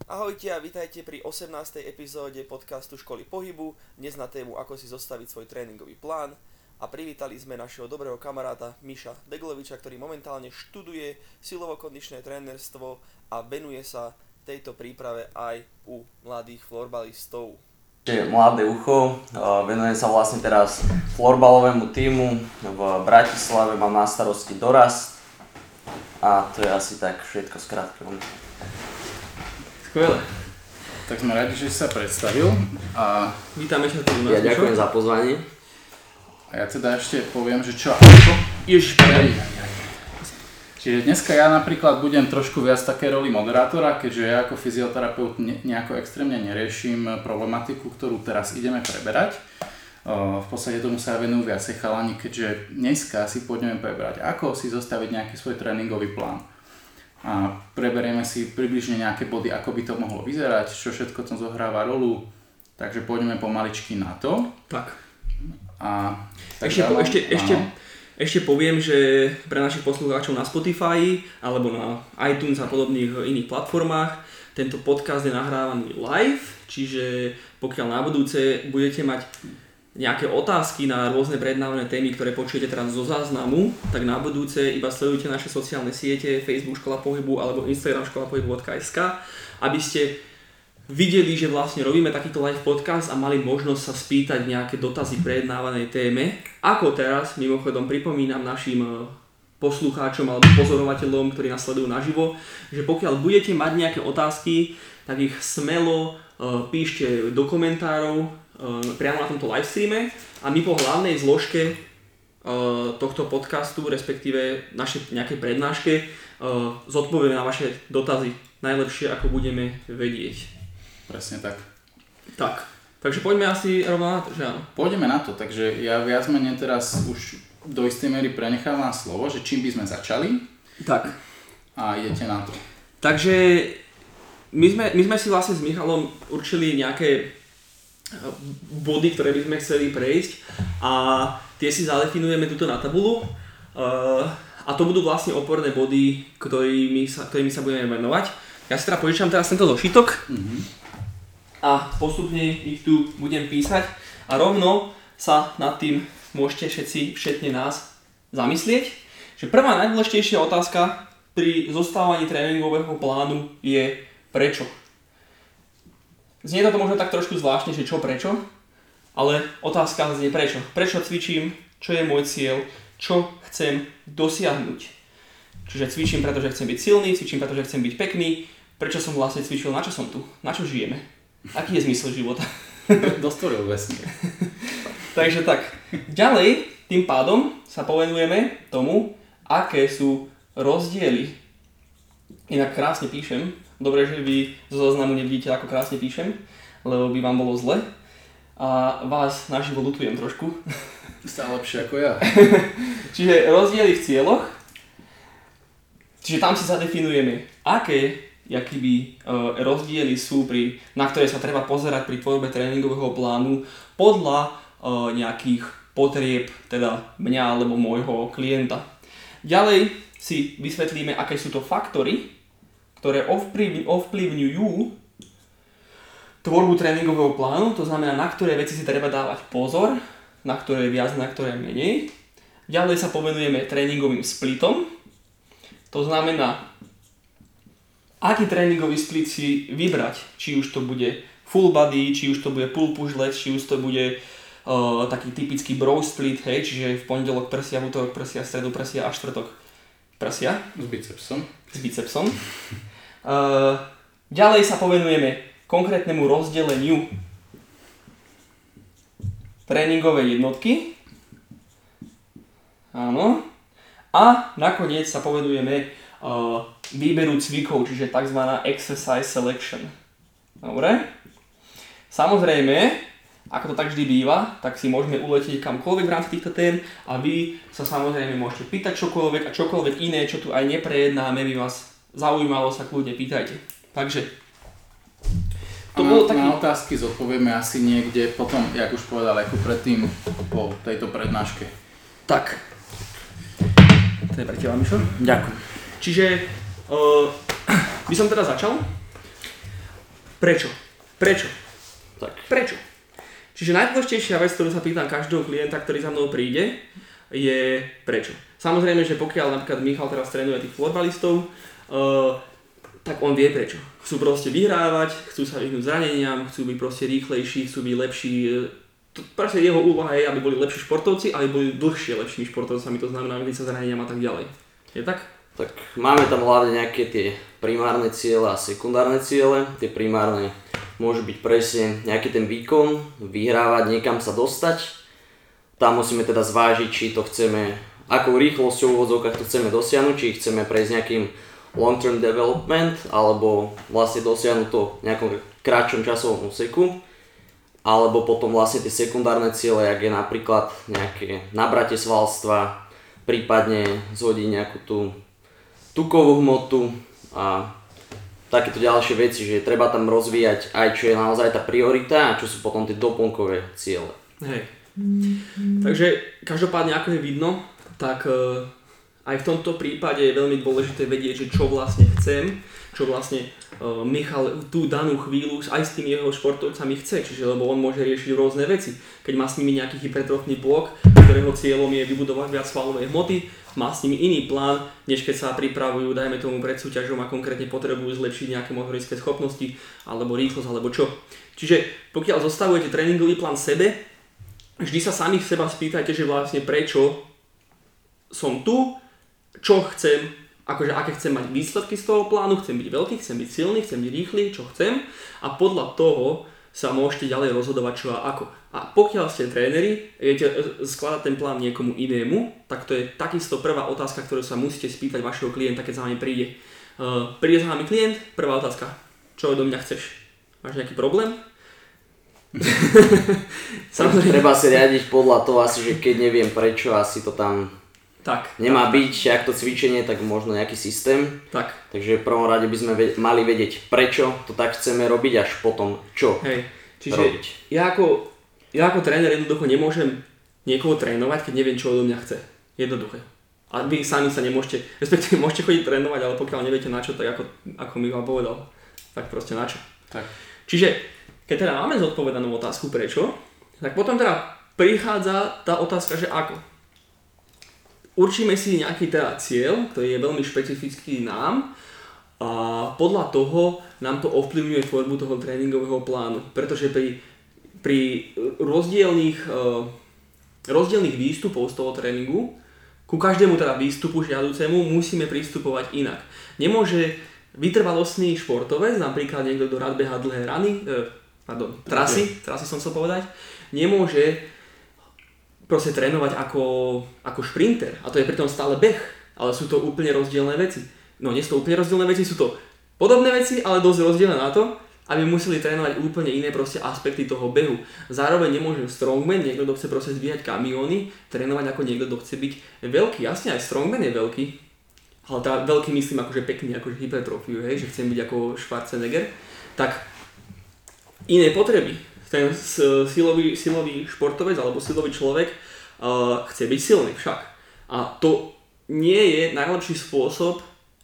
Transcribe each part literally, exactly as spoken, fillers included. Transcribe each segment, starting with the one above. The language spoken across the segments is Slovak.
Ahojte a vítajte pri osemnástej epizóde podcastu Školy pohybu, dnes na tému ako si zostaviť svoj tréningový plán a privítali sme našeho dobrého kamaráta Miša Degloviča, ktorý momentálne študuje silovo-kondičné trénerstvo a venuje sa tejto príprave aj u mladých florbalistov. Mladé ucho, venujem sa vlastne teraz florbalovému tímu v Bratislave, mám na starosti dorast a to je asi tak všetko skrátke. Skvelé. Tak sme radi, že si sa predstavil a vítame ťa tu u nás. Ja ďakujem za pozvanie. A ja teda ešte poviem, že čo ako. Ježiš, Čiže dneska ja napríklad budem trošku viac také roli moderátora, keďže ja ako fyzioterapeut ne, nejako extrémne neriešim problematiku, ktorú teraz ideme preberať. V podstate tomu sa venujú viacej chalani, keďže dneska si pôjdeme preberať, ako si zostaviť nejaký svoj tréningový plán. A preberieme si približne nejaké body, ako by to mohlo vyzerať, čo všetko tam zohráva rolu. Takže pôjdeme pomaličky na to. Tak. A tak ešte, po, ešte, ešte, ešte poviem, že pre našich poslucháčov na Spotify alebo na iTunes a podobných iných platformách tento podcast je nahrávaný live, čiže pokiaľ na budúce budete mať nejaké otázky na rôzne prednávané témy, ktoré počujete teraz zo záznamu, tak na budúce iba sledujte naše sociálne siete, Facebook Škola pohybu alebo Instagram škola pohybu bodka es ká, aby ste videli, že vlastne robíme takýto live podcast a mali možnosť sa spýtať nejaké dotazy prednávanej téme. Ako teraz, mimochodom pripomínam našim poslucháčom alebo pozorovateľom, ktorí nás sledujú naživo, že pokiaľ budete mať nejaké otázky, tak ich smelo uh, píšte do komentárov priamo na tomto livestreame a my po hlavnej zložke uh, tohto podcastu, respektíve našej nejakej prednáške, uh, zodpovieme na vaše dotazy najlepšie, ako budeme vedieť. Presne tak. Tak, takže poďme asi rovno na to, že áno? Pôjdeme na to, takže ja viac menej teraz už do istej miery prenechávam slovo, že čím by sme začali. Tak. A idete na to. Takže my sme, my sme si vlastne s Michalom určili nejaké body, ktoré by sme chceli prejsť a tie si zadefinujeme tuto na tabulu uh, a to budú vlastne oporné body, ktorými sa, ktorými sa budeme venovať. Ja si teda požičam teraz tento zošitok mm-hmm. a postupne ich tu budem písať a rovno sa nad tým môžete všetci, všetne nás, zamyslieť, že prvá najdôležitejšia otázka pri zostávaní tréningového plánu je prečo. Znie to možno tak trošku zvláštne, že čo prečo, ale otázka znie prečo. Prečo cvičím, čo je môj cieľ, čo chcem dosiahnuť. Čiže cvičím, pretože chcem byť silný, cvičím, pretože chcem byť pekný. Prečo som vlastne cvičil, na čo som tu, na čo žijeme, aký je zmysel života. Dostvoril vesmír. Takže tak, ďalej tým pádom sa povenujeme tomu, aké sú rozdiely. Inak krásne píšem. Dobre, že vy zo záznamu nevidíte, ako krásne píšem, lebo by vám bolo zle. A vás naživo ľutujem trošku. Stále lepšie ako ja. Čiže rozdiely v cieľoch. Čiže tam si zadefinujeme, aké jakýby, uh, rozdiely sú, pri, na ktoré sa treba pozerať pri tvorbe tréningového plánu podľa uh, nejakých potrieb, teda mňa alebo môjho klienta. Ďalej si vysvetlíme, aké sú to faktory, ktoré ovplyvňujú tvorbu tréningového plánu, to znamená, na ktoré veci si treba dávať pozor, na ktoré viac, na ktoré menej. Ďalej sa povenujeme tréningovým splitom, to znamená, aký tréningový split si vybrať, či už to bude full body, či už to bude pull push leg, či už to bude uh, taký typický bro split, hej, čiže v pondelok prsia, v útorok prsia, v stredu prsia a štvrtok prsia. S bicepsom. S bicepsom. Uh, ďalej sa povenujeme konkrétnemu rozdeleniu tréningovej jednotky. Áno. A nakoniec sa povenujeme uh, výberu cvikov, čiže tzv. Exercise selection. Dobre. Samozrejme, ako to tak vždy býva, tak si môžeme uletieť kamkoľvek v rámci týchto tém a vy sa samozrejme môžete pýtať čokoľvek a čokoľvek iné, čo tu aj neprejednáme, by vás zaujímalo, sa kľudne pýtajte. Takže to bolo taký... Na otázky zodpovieme asi niekde potom, jak už povedal, ako predtým po tejto prednáške. Tak. To je pre teba, Mišo. Ďakujem. Čiže uh, by som teda začal. Prečo? Prečo? Tak. Prečo? Čiže najdôležitejšia vec, ktorú sa pýtam každého klienta, ktorý za mnou príde, je prečo. Samozrejme, že pokiaľ napríklad Michal teraz trénuje tých florbalistov, uh, tak on vie prečo. Chcú proste vyhrávať, chcú sa vyhnúť zraneniam, chcú byť proste rýchlejší, chcú byť lepší. To, proste jeho úloha je, aby boli lepší športovci, aby boli dlhšie lepšími športovcami, to znamená vyhnúť sa zraneniam a tak ďalej. Je tak? Tak máme tam hlavne nejaké tie primárne ciele a sekundárne ciele. Tie primárne môže byť presne nejaký ten výkon, vyhrávať, niekam sa dostať. Tam musíme teda zvážiť, či to chceme, akou rýchlosťou v úvodzovkách to chceme dosiahnuť, či chceme prejsť nejakým long-term development, alebo vlastne dosiahnuť to v nejakom kratšom časovom úseku. Alebo potom vlastne tie sekundárne ciele, jak je napríklad nejaké nabratie svalstva, prípadne zhodiť nejakú tú tukovú hmotu a takéto ďalšie veci, že treba tam rozvíjať aj čo je naozaj tá priorita a čo sú potom tie doplnkové ciele. Hej. Takže každopádne ako je vidno, tak uh, aj v tomto prípade je veľmi dôležité vedieť, že čo vlastne chcem, čo vlastne uh, Michal tú danú chvíľu aj s tými jeho športovcami chce, čiže lebo on môže riešiť rôzne veci. Keď má s nimi nejaký hypertrofný blok, ktorého cieľom je vybudovať viac svalovej hmoty, má s nimi iný plán, než keď sa pripravujú, dajme tomu pred súťažom a konkrétne potrebujú zlepšiť nejaké motorické schopnosti, alebo rýchlosť, alebo čo. Čiže pokiaľ zostavujete tréningový plán sebe, vždy sa sami v seba spýtajte, že vlastne prečo som tu, čo chcem, akože aké chcem mať výsledky z toho plánu, chcem byť veľký, chcem byť silný, chcem byť rýchly, čo chcem a podľa toho sa môžete ďalej rozhodovať čo a ako. A pokiaľ ste tréneri, viete skladať ten plán niekomu inému, tak to je takisto prvá otázka, ktorú sa musíte spýtať vašeho klienta, keď za vami príde. Uh, príde za vami klient, prvá otázka, čo do mňa chceš? Máš nejaký problém? Samozrejme. Treba si riadiť podľa toho asi, že keď neviem prečo, asi to tam tak, nemá tak, byť, ak to cvičenie, tak možno nejaký systém. Tak. Takže v prvom rade by sme ve- mali vedieť prečo to tak chceme robiť, až potom čo Hej. Čiže robiť. Ja ako, ja ako tréner jednoducho nemôžem niekoho trénovať, keď neviem, čo odo mňa chce. Jednoduché. A vy sami sa nemôžete, respektíve môžete chodiť trénovať, ale pokiaľ neviete na čo, tak ako, ako mi vám povedal, tak proste na čo. Tak. Čiže keď teda máme zodpovedanú otázku prečo, tak potom teda prichádza tá otázka, že ako. Určíme si nejaký teda cieľ, ktorý je veľmi špecifický nám a podľa toho nám to ovplyvňuje tvorbu toho tréningového plánu, pretože pri, pri rozdielných, uh, rozdielných výstupov z toho tréningu, ku každému teda výstupu žiaducemu musíme pristupovať inak. Nemôže vytrvalostný športovec, napríklad niekto, kto rád beha dlhé rany, uh, pardon, trasy, trasy som chcel povedať, nemôže proste trénovať ako, ako šprinter a to je pritom stále beh, ale sú to úplne rozdielne veci. No nie sú to úplne rozdielne veci, sú to podobné veci, ale dosť rozdielne na to, aby museli trénovať úplne iné proste aspekty toho behu. Zároveň nemôže strongman, niekto, kto chce proste zbíjať kamióny, trénovať ako niekto, kto chce byť veľký. Jasne, aj strongman je veľký, ale teda veľký myslím akože pekný, akože hypertrofiu, hej, že chcem byť ako Schwarzenegger, tak iné potreby. Ten silový, silový športovec alebo silový človek uh, chce byť silný však. A to nie je najlepší spôsob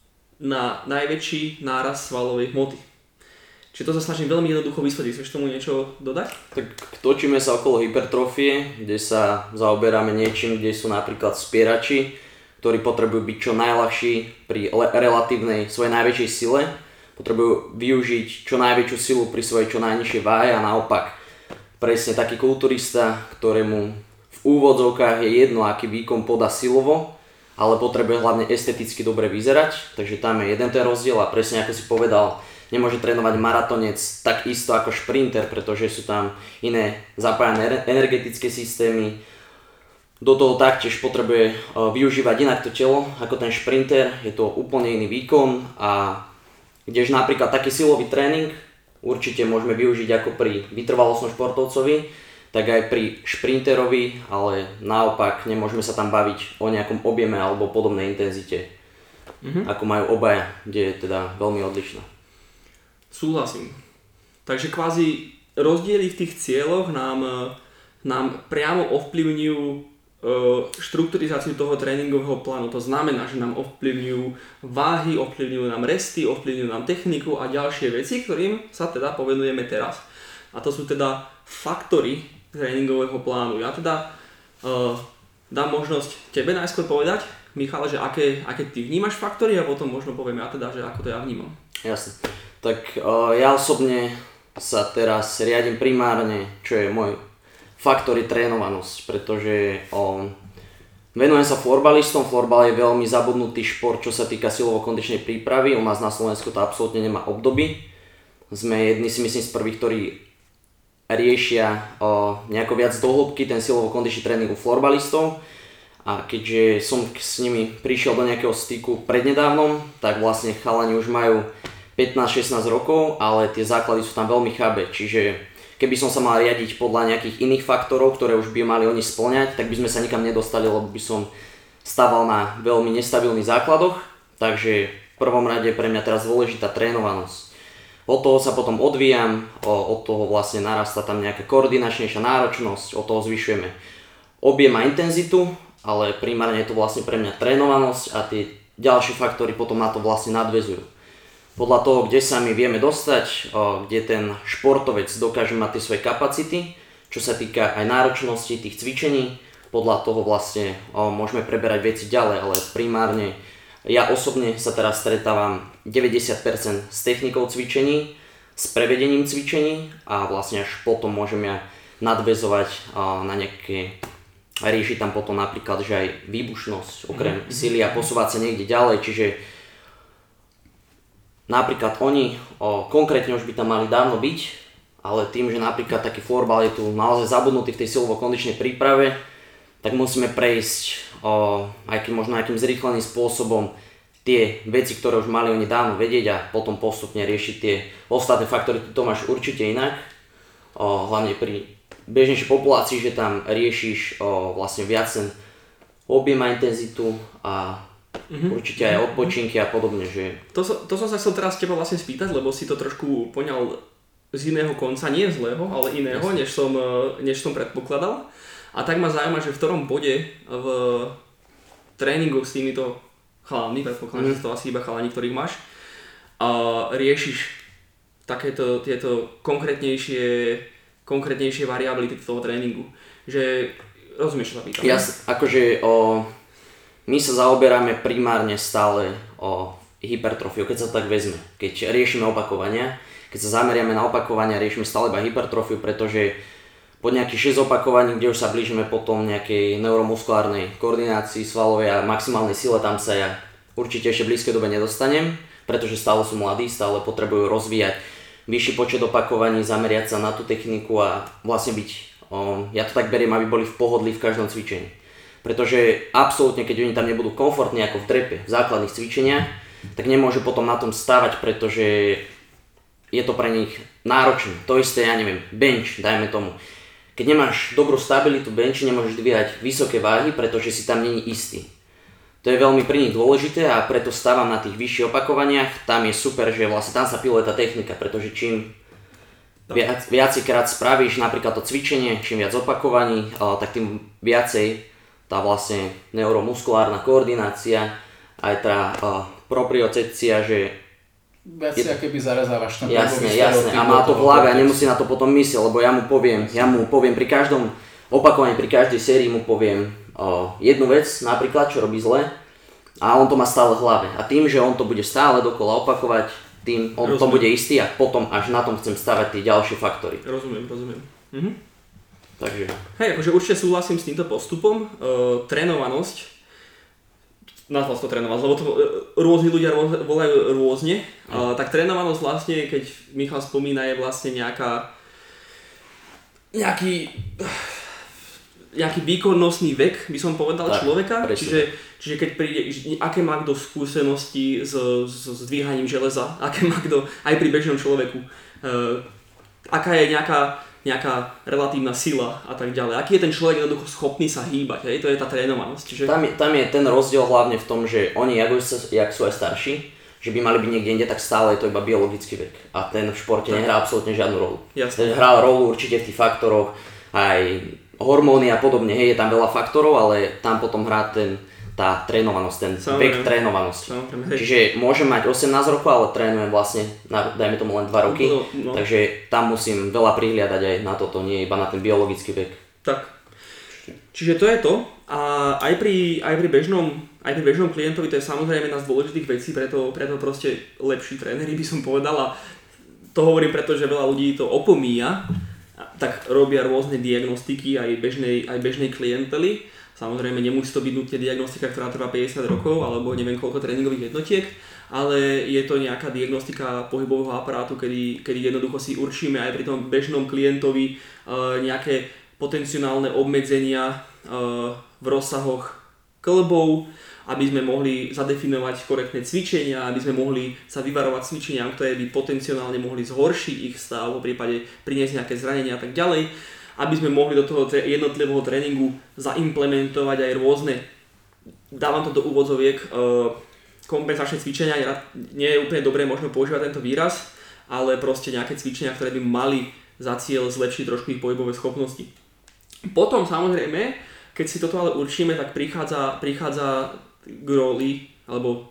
na najväčší nárast svalovej hmoty. Čiže to sa snažím veľmi jednoducho vysvetliť. Chceš tomu niečo dodať? Tak točíme sa okolo hypertrofie, kde sa zaoberáme niečím, kde sú napríklad spierači, ktorí potrebujú byť čo najľahší pri le- relatívnej svojej najväčšej sile. Potrebujú využiť čo najväčšiu silu pri svojej čo najnižšej váhe a naopak presne taký kulturista, ktorému v úvodzovkách je jedno, aký výkon podá silovo, ale potrebuje hlavne esteticky dobre vyzerať, takže tam je jeden ten rozdiel a presne ako si povedal, nemôže trénovať maratonec tak isto ako šprinter, pretože sú tam iné zapájané energetické systémy. Do toho taktiež potrebuje využívať inak to telo ako ten šprinter, je to úplne iný výkon a kdež napríklad taký silový tréning určite môžeme využiť ako pri vytrvalostnom športovcovi, tak aj pri šprinterovi, ale naopak nemôžeme sa tam baviť o nejakom objeme alebo podobnej intenzite, mm-hmm. ako majú obaja, kde je teda veľmi odlišná. Súhlasím. Takže kvázi rozdiely v tých cieľoch nám, nám priamo ovplyvňujú štrukturizáciu toho tréningového plánu. To znamená, že nám ovplyvňujú váhy, ovplyvňujú nám resty, ovplyvňujú nám techniku a ďalšie veci, ktorým sa teda povenujeme teraz. A to sú teda faktory tréningového plánu. Ja teda uh, dám možnosť tebe najskôr povedať, Michal, že aké, aké ty vnímaš faktory a potom možno poviem ja teda, že ako to ja vnímam. Jasne. Tak uh, ja osobne sa teraz riadím primárne, čo je môj faktor je trénovanosť, pretože o, venujem sa florbalistom, florbal je veľmi zabudnutý šport, čo sa týka silovo-kondičnej prípravy, u nás na Slovensku to absolútne nemá obdoby. Sme jedni si myslím z prvých, ktorí riešia o, nejako viac do hĺbky ten silovo-kondičný tréning u florbalistov a keďže som s nimi prišiel do nejakého styku prednedávnom, tak vlastne chalani už majú pätnásť šestnásť rokov, ale tie základy sú tam veľmi chabé, čiže keby som sa mal riadiť podľa nejakých iných faktorov, ktoré už by mali oni spĺňať, tak by sme sa nikam nedostali, lebo by som stával na veľmi nestabilných základoch. Takže v prvom rade pre mňa teraz dôležitá trénovanosť. Od toho sa potom odvíjam, od toho vlastne narastá tam nejaká koordinačnejšia náročnosť, od toho zvyšujeme objem a intenzitu, ale primárne je to vlastne pre mňa trénovanosť a tie ďalšie faktory potom na to vlastne nadväzujú. Podľa toho, kde sa my vieme dostať, kde ten športovec dokáže mať tie svoje kapacity, čo sa týka aj náročnosti tých cvičení, podľa toho vlastne môžeme preberať veci ďalej, ale primárne ja osobne sa teraz stretávam deväťdesiat percent s technikou cvičení, s prevedením cvičení a vlastne až potom môžem ja nadväzovať na nejaké, riešiť tam potom napríklad, že aj výbušnosť okrem sily a posúvať sa niekde ďalej, čiže napríklad oni o, konkrétne už by tam mali dávno byť, ale tým, že napríklad taký florbal je tu naozaj zabudnutý v tej silovo-kondičnej príprave, tak musíme prejsť o, aj keď možno nejakým zrýchleným spôsobom tie veci, ktoré už mali oni dávno vedieť a potom postupne riešiť tie ostatné faktory. Ty to máš určite inak, o, hlavne pri bežnejšej populácii, že tam riešiš o, vlastne viac ten objem a intenzitu a Mm-hmm. určite aj odpočinky a podobne, že... To, to som sa chcel teraz teba vlastne spýtať, lebo si to trošku poňal z iného konca, nie zlého, ale iného, než som, než som predpokladal. A tak ma zaujíma, že v ktorom bode v tréningu s týmito chalami, predpokladám, mm-hmm. že to asi iba chalani, ktorých máš, a riešiš takéto tieto konkrétnejšie, konkrétnejšie variability toho tréningu. Že rozumieš, čo sa pýtam? Ja, akože o... My sa zaoberáme primárne stále o hypertrofiu, keď sa to tak vezme. Keď riešime opakovania, keď sa zameriame na opakovania, riešime stále iba hypertrofiu, pretože po nejakých šesť opakovaní, kde už sa blížime potom nejakej neuromuskulárnej koordinácii svalovej a maximálnej sile, tam sa ja určite ešte v blízkej dobe nedostanem, pretože stále sú mladí, stále potrebujú rozvíjať vyšší počet opakovaní, zameriať sa na tú techniku a vlastne byť, o, ja to tak beriem, aby boli v pohodlí v každom cvičení. Pretože absolútne, keď oni tam nebudú komfortní ako v drepe, v základných cvičeniach, tak nemôžu potom na tom stávať, pretože je to pre nich náročné. To isté, ja neviem, bench, dajme tomu. Keď nemáš dobrú stabilitu benchi, nemôžeš dvíhať vysoké váhy, pretože si tam není istý. To je veľmi pri nich dôležité a preto stávam na tých vyšších opakovaniach. Tam je super, že vlastne tam sa piluje tá technika, pretože čím viac, viacejkrát spravíš napríklad to cvičenie, čím viac opakovaní, tak tým viacej tá vlastne neuromuskulárna koordinácia, aj tá uh, propriocepcia, že... Viac si akéby zarezávaš ten jasné, jasné, a má to v hlave a nemusí na to potom myslieť, lebo ja mu poviem, ja mu poviem pri každom opakovaní, pri každej sérii mu poviem uh, jednu vec, napríklad, čo robí zle, a on to má stále v hlave. A tým, že on to bude stále dokola opakovať, tým on rozumiem. To bude istý a potom až na tom chcem stavať tie ďalšie faktory. Rozumiem, rozumiem. Mhm. Takže... Hej, akože určite súhlasím s týmto postupom. E, trénovanosť, nazval to trénovanosť, lebo to e, rôzni ľudia rô, volajú rôzne, e, tak trénovanosť vlastne, keď Michal spomína, je vlastne nejaká nejaký nejaký výkonnostný vek, by som povedal, tak, človeka. Čiže, čiže keď príde, aké má kto skúsenosti s, s, s dvíhaním železa, aké má kto aj pri bežnom človeku, e, aká je nejaká nejaká relatívna sila a tak ďalej. Aký je ten človek jednoducho schopný sa hýbať, hej? To je tá trénovanosť. Čiže... Tam, je, tam je ten rozdiel hlavne v tom, že oni, jak, jak sú aj starší, že by mali byť niekde inde, tak stále je to iba biologický vek. A ten v športe tak nehrá absolútne žiadnu rolu. Jasne. Hrá rolu určite v tých faktoroch, aj hormóny a podobne, hej, je tam veľa faktorov, ale tam potom hrá ten, tá trénovanosť, ten Samozrejme. vek trénovanosti. Samozrejme, hej. Čiže môžem mať osemnásť rokov, ale trénujem vlastne, na, dajme tomu len dva roky, No, no. takže tam musím veľa prihliadať aj na toto, nie iba na ten biologický vek. Tak. Čiže to je to. A aj pri, aj pri, bežnom, aj pri bežnom klientovi to je samozrejme jedna z dôležitých vecí, preto, preto proste lepší tréneri by som povedal, a to hovorím preto, že veľa ľudí to opomíja, tak robia rôzne diagnostiky aj bežnej, aj bežnej klientely. Samozrejme nemusí to byť nutne diagnostika, ktorá trvá päťdesiat rokov alebo neviem koľko tréningových jednotiek, ale je to nejaká diagnostika pohybového aparátu, kedy, kedy jednoducho si určíme aj pri tom bežnom klientovi uh, nejaké potenciálne obmedzenia uh, v rozsahoch klbov, aby sme mohli zadefinovať korektné cvičenia, aby sme mohli sa vyvarovať cvičeniam, ktoré by potenciálne mohli zhoršiť ich stav, v prípade priniesť nejaké zranenia a tak ďalej, aby sme mohli do toho jednotlivého tréningu zaimplementovať aj rôzne, dávam to do úvodzoviek, kompenzačné cvičenia. Nie je úplne dobré možno používať tento výraz, ale proste nejaké cvičenia, ktoré by mali za cieľ zlepšiť trošku ich pohybové schopnosti. Potom samozrejme, keď si toto ale určíme, tak prichádza, prichádza k roli, alebo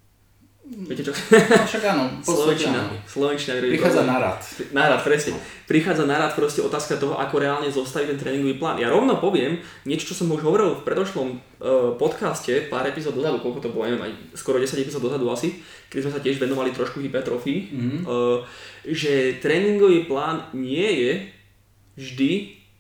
viete čo? No, však áno, Slovenčina. Slovenčina. Prichádza na rad. Na rad, presne. Prichádza na rad proste otázka toho, ako reálne zostaviť ten tréningový plán. Ja rovno poviem niečo, čo som už hovoril v predošlom uh, podcaste, pár epizód dozadu, koľko to bolo, neviem, aj skoro desať epizód dozadu asi, keď sme sa tiež venovali trošku hypertrofii, mm-hmm. uh, že tréningový plán nie je vždy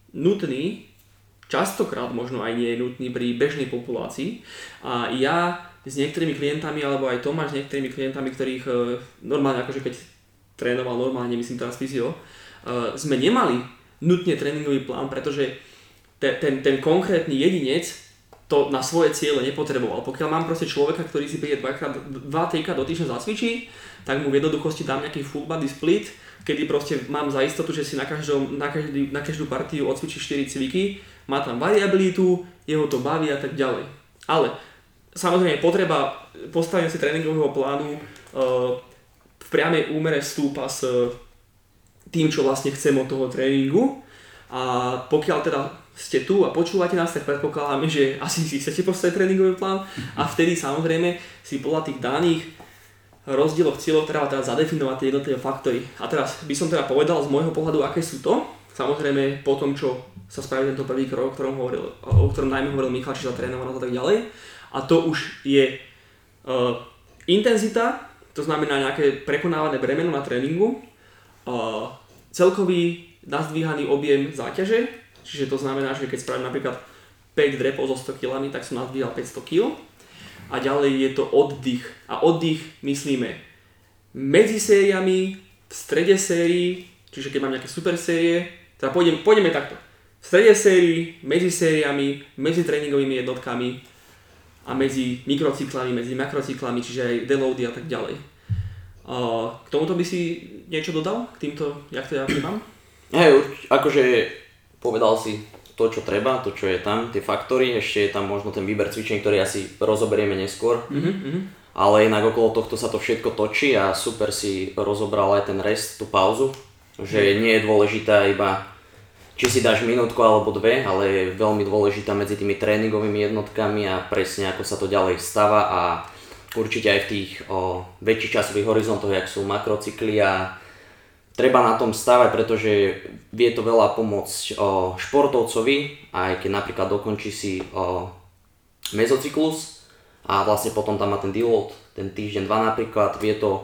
nutný, častokrát možno aj nie je nutný pri bežnej populácii. A ja s niektorými klientami, alebo aj Tomáš s niektorými klientami, ktorých e, normálne, akože keď trénoval normálne, myslím teraz fyzio, e, sme nemali nutne tréningový plán, pretože te, ten, ten konkrétny jedinec to na svoje ciele nepotreboval. Pokiaľ mám proste človeka, ktorý si príde dva tri krát do týždňa zacvičí, tak mu v jednoduchosti dám nejaký full body split, kedy proste mám za istotu, že si na, každom, na, každý, na každú partiu odcvičí štyri cviky, má tam variabilitu, jeho to baví a tak ďalej. Ale samozrejme potreba postavenia si tréningového plánu uh, v priamej úmere stúpa s uh, tým, čo vlastne chcem od toho tréningu. A pokiaľ teda ste tu a počúvate nás, tak predpokladáme, že asi si chcete postaviť tréningový plán a vtedy samozrejme si podľa tých daných rozdielov cieľov treba teda zadefinovať tie jednotlivé faktory. A teraz by som teda povedal z môjho pohľadu, aké sú to. Samozrejme po tom, čo sa spraví tento prvý krok, o ktorom, hovoril, o ktorom najmä hovoril Michal, či zatrénovanosť a tak ďalej. A to už je uh, intenzita, to znamená nejaké prekonávané bremeno na tréningu, uh, celkový nazdvíhaný objem záťaže, čiže to znamená, že keď spravím napríklad päť drepov so sto kilami, tak som nazdvíhal päťsto kíl. A ďalej je to oddych. A oddych myslíme medzi sériami, v strede sérií, čiže keď mám nejaké super série, teda pôjdem, pôjdeme takto. V strede sérii, medzi sériami, medzi tréningovými jednotkami a medzi mikrocyklami, medzi makrocyklami, čiže aj deloady a tak ďalej. Uh, k tomuto by si niečo dodal? K týmto, jak to ja vnímam? Hej, akože povedal si to, čo treba, to, čo je tam, tie faktory, ešte je tam možno ten výber cvičení, ktorý asi rozoberieme neskôr. Mm-hmm. Ale inak okolo tohto sa to všetko točí a super si rozobral aj ten rest, tú pauzu, že nie je dôležitá iba či si dáš minútku alebo dve, ale je veľmi dôležitá medzi tými tréningovými jednotkami a presne ako sa to ďalej stáva a určite aj v tých o, väčších časových horizontoch, jak sú makrocykly a treba na tom stávať, pretože vie to veľa pomôcť o, športovcovi, aj keď napríklad dokončí si o, mezocyklus a vlastne potom tam má ten deload, ten týždeň, dva napríklad, vie to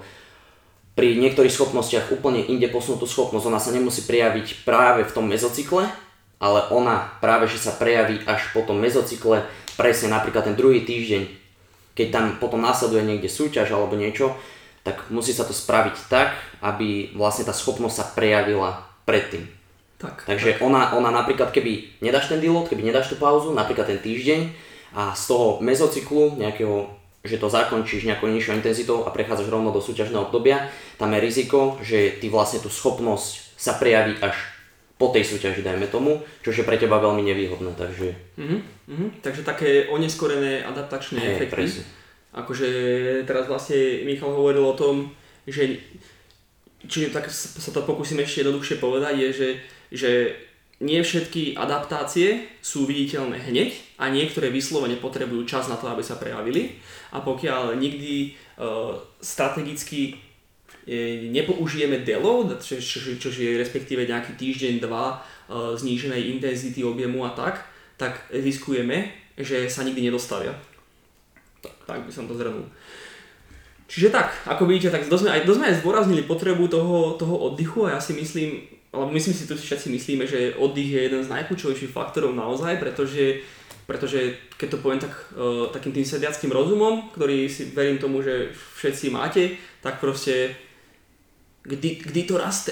pri niektorých schopnostiach úplne inde posunutú schopnosť, ona sa nemusí prejaviť práve v tom mezocykle, ale ona práve že sa prejaví až po tom mezocykle, presne napríklad ten druhý týždeň, keď tam potom následuje niekde súťaž alebo niečo, tak musí sa to spraviť tak, aby vlastne tá schopnosť sa prejavila predtým. Tak, Takže tak. Ona, ona napríklad, keby nedáš ten deload, keby nedáš tú pauzu, napríklad ten týždeň a z toho mezocyklu nejakého, že to zakončíš nejakou nižšou intenzitou a prechádzaš rovno do súťažného obdobia, tam je riziko, že ty vlastne tú schopnosť sa prejaví až po tej súťaži, dajme tomu, čo je pre teba veľmi nevýhodné, takže... Mm-hmm, mm-hmm. Takže také oneskorené adaptačné Hej, efekty. presne. Akože teraz vlastne Michal hovoril o tom, že čiže tak sa to pokúsim ešte jednoduchšie povedať, je, že, že nie všetky adaptácie sú viditeľné hneď a niektoré vyslovene potrebujú čas na to, aby sa prejavili. A pokiaľ nikdy uh, strategicky e, nepoužijeme deload, čo, čo, čo je respektíve nejaký týždeň, dva uh, zníženej intenzity objemu a tak, tak riskujeme, že sa nikdy nedostavia. Tak, tak by som to zhrnul. Čiže tak, ako vidíte, tak dosť sme aj, dosť sme aj zdôraznili potrebu toho, toho oddychu a ja si myslím, alebo myslím si, tu všetci myslíme, že oddych je jeden z najkľúčovejších faktorov naozaj, pretože, pretože keď to poviem tak, uh, takým tým sediackým rozumom, ktorý si verím tomu, že všetci máte, tak proste kdy, kdy to raste?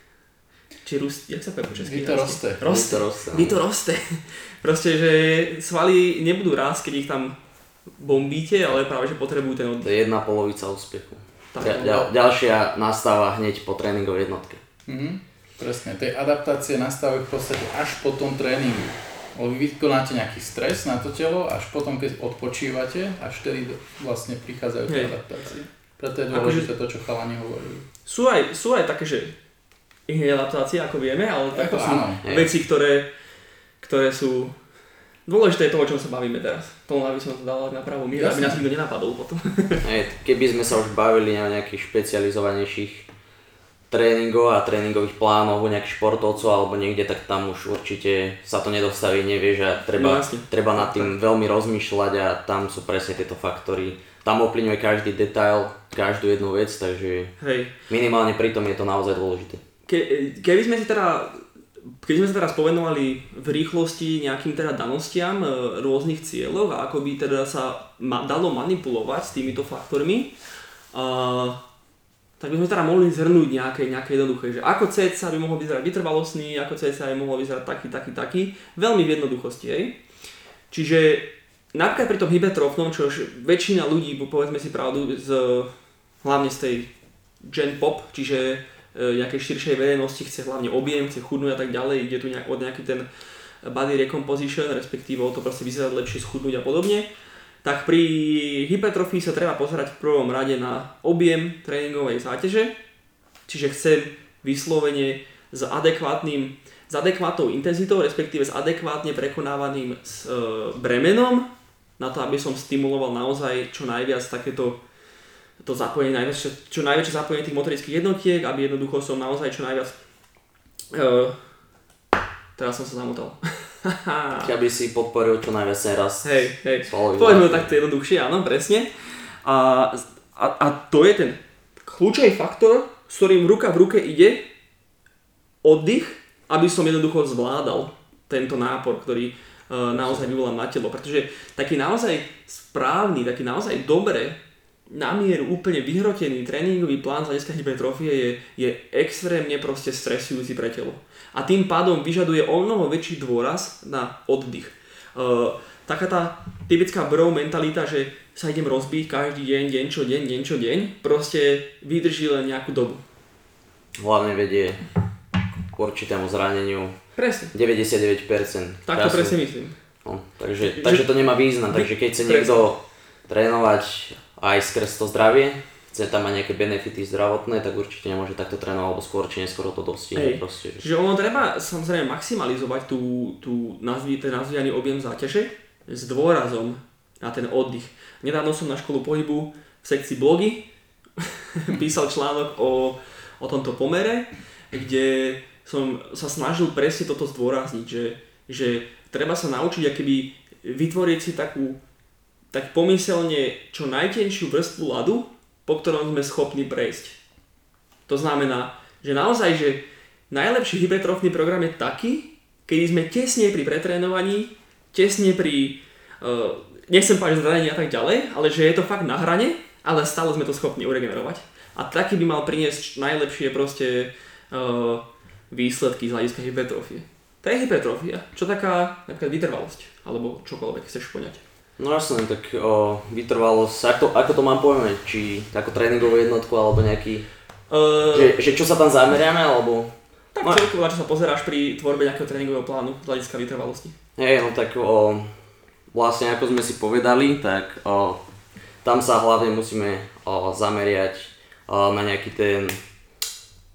Či rúst, jak sa povie po česky? Kdy to roste. Roste. Kdy to roste. Proste, že svaly nebudú rásť, keď ich tam bombíte, ale práve, že potrebujú ten oddych. To je jedna polovica úspechu. Tak, Ďal, ďal, ďalšia nastáva hneď po tréningovej jednotke. Mhm. Presne, tej adaptácie nastávajú v podstate až po tom tréningu. Lebo vy vykonáte nejaký stres na to telo, až potom, keď odpočívate, až vtedy vlastne prichádzajú tie adaptácie. Preto je dôležité to, čo chalani hovorí. Sú aj, sú aj také, že iné adaptácie, ako vieme, ale tak to sú áno, veci, ktoré, ktoré sú dôležité je to, o čom sa bavíme teraz. To aby som to dal na pravú mieru, aby nás nikto nenapadol potom. Hej, keby sme sa už bavili o nejakých špecializovanejších tréningov a tréningových plánov u nejakých športovcov alebo niekde, tak tam už určite sa to nedostaví, nevieš a treba, no, treba nad tým veľmi rozmýšľať a tam sú presne tieto faktory. Tam ovplyvňuje každý detail, každú jednu vec, takže Hej. minimálne pri tom je to naozaj dôležité. Ke, keby sme si teda, keď sme sa teraz povenovali v rýchlosti nejakým teda danostiam rôznych cieľov a ako by teda sa ma, dalo manipulovať s týmito faktormi, uh, tak by sme teda mohli zhrnúť nejaké, nejaké jednoduché, že ako cca by mohol vyzerať vytrvalostný, ako cca by mohol vyzerať taký, taký, taký, veľmi v jednoduchosti, hej. Čiže napríklad pri tom hypertrofnom, čo väčšina ľudí, povedzme si pravdu, z, hlavne z tej gen pop, čiže e, nejakej širšej verejnosti chce hlavne objem, chce chudnúť a tak ďalej, ide tu nejak, od nejaký ten body recomposition, respektíve o to proste vyzerať lepšie, schudnúť a podobne. Tak pri hypertrofii sa treba pozerať v prvom rade na objem tréningovej záťaže, čiže chcem vyslovene s adekvátnym, s adekvátnou intenzitou, respektíve s adekvátne prekonávaným s, e, bremenom, na to, aby som stimuloval naozaj čo najviac takéto to zapojenie, najväčšie, čo najväčšie zapojenie tých motorických jednotiek, aby jednoducho som naozaj čo najviac... E, teraz som sa zamotal. Aby si podporil čo najviac raz. Hej, hej, povedzme to takto jednoduchšie, áno, presne. A, a, a to je ten kľúčový faktor, s ktorým ruka v ruke ide oddych, aby som jednoducho zvládal tento nápor, ktorý uh, naozaj vyvolám na telo. Pretože taký naozaj správny, taký naozaj dobre, na mieru úplne vyhrotený tréningový plán z hľadiska hypertrofie je, je extrémne proste stresujúci pre telo. A tým pádom vyžaduje o mnoho väčší dôraz na oddych. Uh, taká tá typická bro mentalita, že sa idem rozbiť každý deň, deň čo deň, deň čo deň, proste vydrží len nejakú dobu. Hlavne vedie k určitému zraneniu. Presne. deväťdesiatdeväť percent. Tak to presne myslím. No, takže, takže to nemá význam, takže keď chce niekto trénovať aj skrz to zdravie, chce tam mať nejaké benefity zdravotné, tak určite nemôže takto trénovať, alebo skôr či neskôr to dostihne. Proste. Čiže ono treba samozrejme maximalizovať tú, tú nazvi, ten nazvíjaný objem záťaže s dôrazom na ten oddych. Nedávno som na školu pohybu v sekcii blogy písal článok o, o tomto pomere, kde som sa snažil presne toto zdôrazniť, že, že treba sa naučiť akoby vytvoriť si takú tak pomyselne čo najtenšiu vrstvu ľadu, po ktorom sme schopní prejsť. To znamená, že naozaj, že najlepší hypertrofný program je taký, kedy sme tesne pri pretrénovaní, tesne pri, uh, nechcem povedať zranení a tak ďalej, ale že je to fakt na hrane, ale stále sme to schopní uregenerovať. A taký by mal priniesť najlepšie proste uh, výsledky z hľadiska hypertrofie. To je hypertrofia, čo taká napríklad vytrvalosť, alebo čokoľvek chceš poňať. No jasne, tak o, vytrvalosť, ako, ako to mám povedať, či ako tréningovú jednotku, alebo nejaký, uh, že, že čo sa tam zameriame, alebo... Tak no, celkovo, na čo sa pozeráš pri tvorbe nejakého tréningového plánu z hľadiska vytrvalosti? Hej, no tak o, vlastne ako sme si povedali, tak o, tam sa hlavne musíme o, zameriať o, na nejaký ten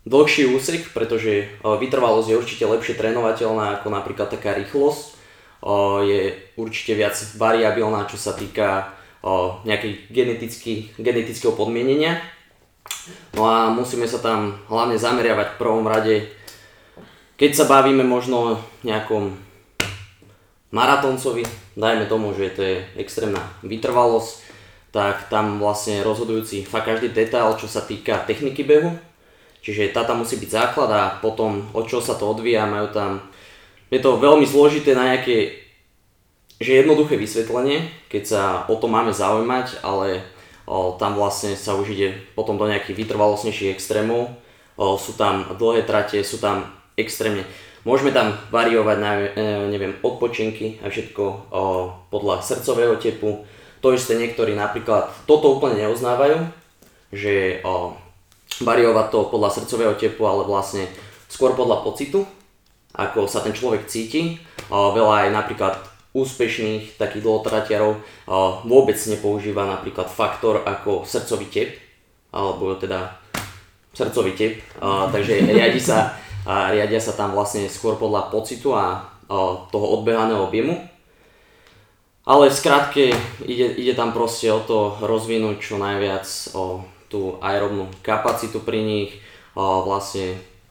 dlhší úsek, pretože vytrvalosť je určite lepšie trénovateľná ako napríklad taká rýchlosť. Je určite viac variabilná, čo sa týka nejakej geneticky, genetického podmienenia. No a musíme sa tam hlavne zameriavať v prvom rade, keď sa bavíme možno o nejakom maratóncovi, dajme tomu, že to je extrémna vytrvalosť, tak tam vlastne rozhodujúci fakt každý detail, čo sa týka techniky behu. Čiže tá tam musí byť základ a potom od čo sa to odvíja, majú tam, je to veľmi zložité na nejaké, že jednoduché vysvetlenie, keď sa o to máme zaujímať, ale o, tam vlastne sa už ide potom do nejakých vytrvalostnejších extrémov, o, sú tam dlhé trate, sú tam extrémne, môžeme tam variovať na, neviem, odpočinky a všetko o, podľa srdcového tepu. To isté niektorí napríklad toto úplne neuznávajú, že o, variovať to podľa srdcového tepu, ale vlastne skôr podľa pocitu, ako sa ten človek cíti. O, veľa aj napríklad úspešných takých dlhotratiarov o, vôbec nepoužíva napríklad faktor ako srdcový tep, alebo teda srdcový tep, o, takže riadi sa, a riadia sa tam vlastne skôr podľa pocitu a o, toho odbehaného objemu. Ale v skratke ide, ide tam proste o to rozvinúť čo najviac o tú aerobnú kapacitu pri nich, o, vlastne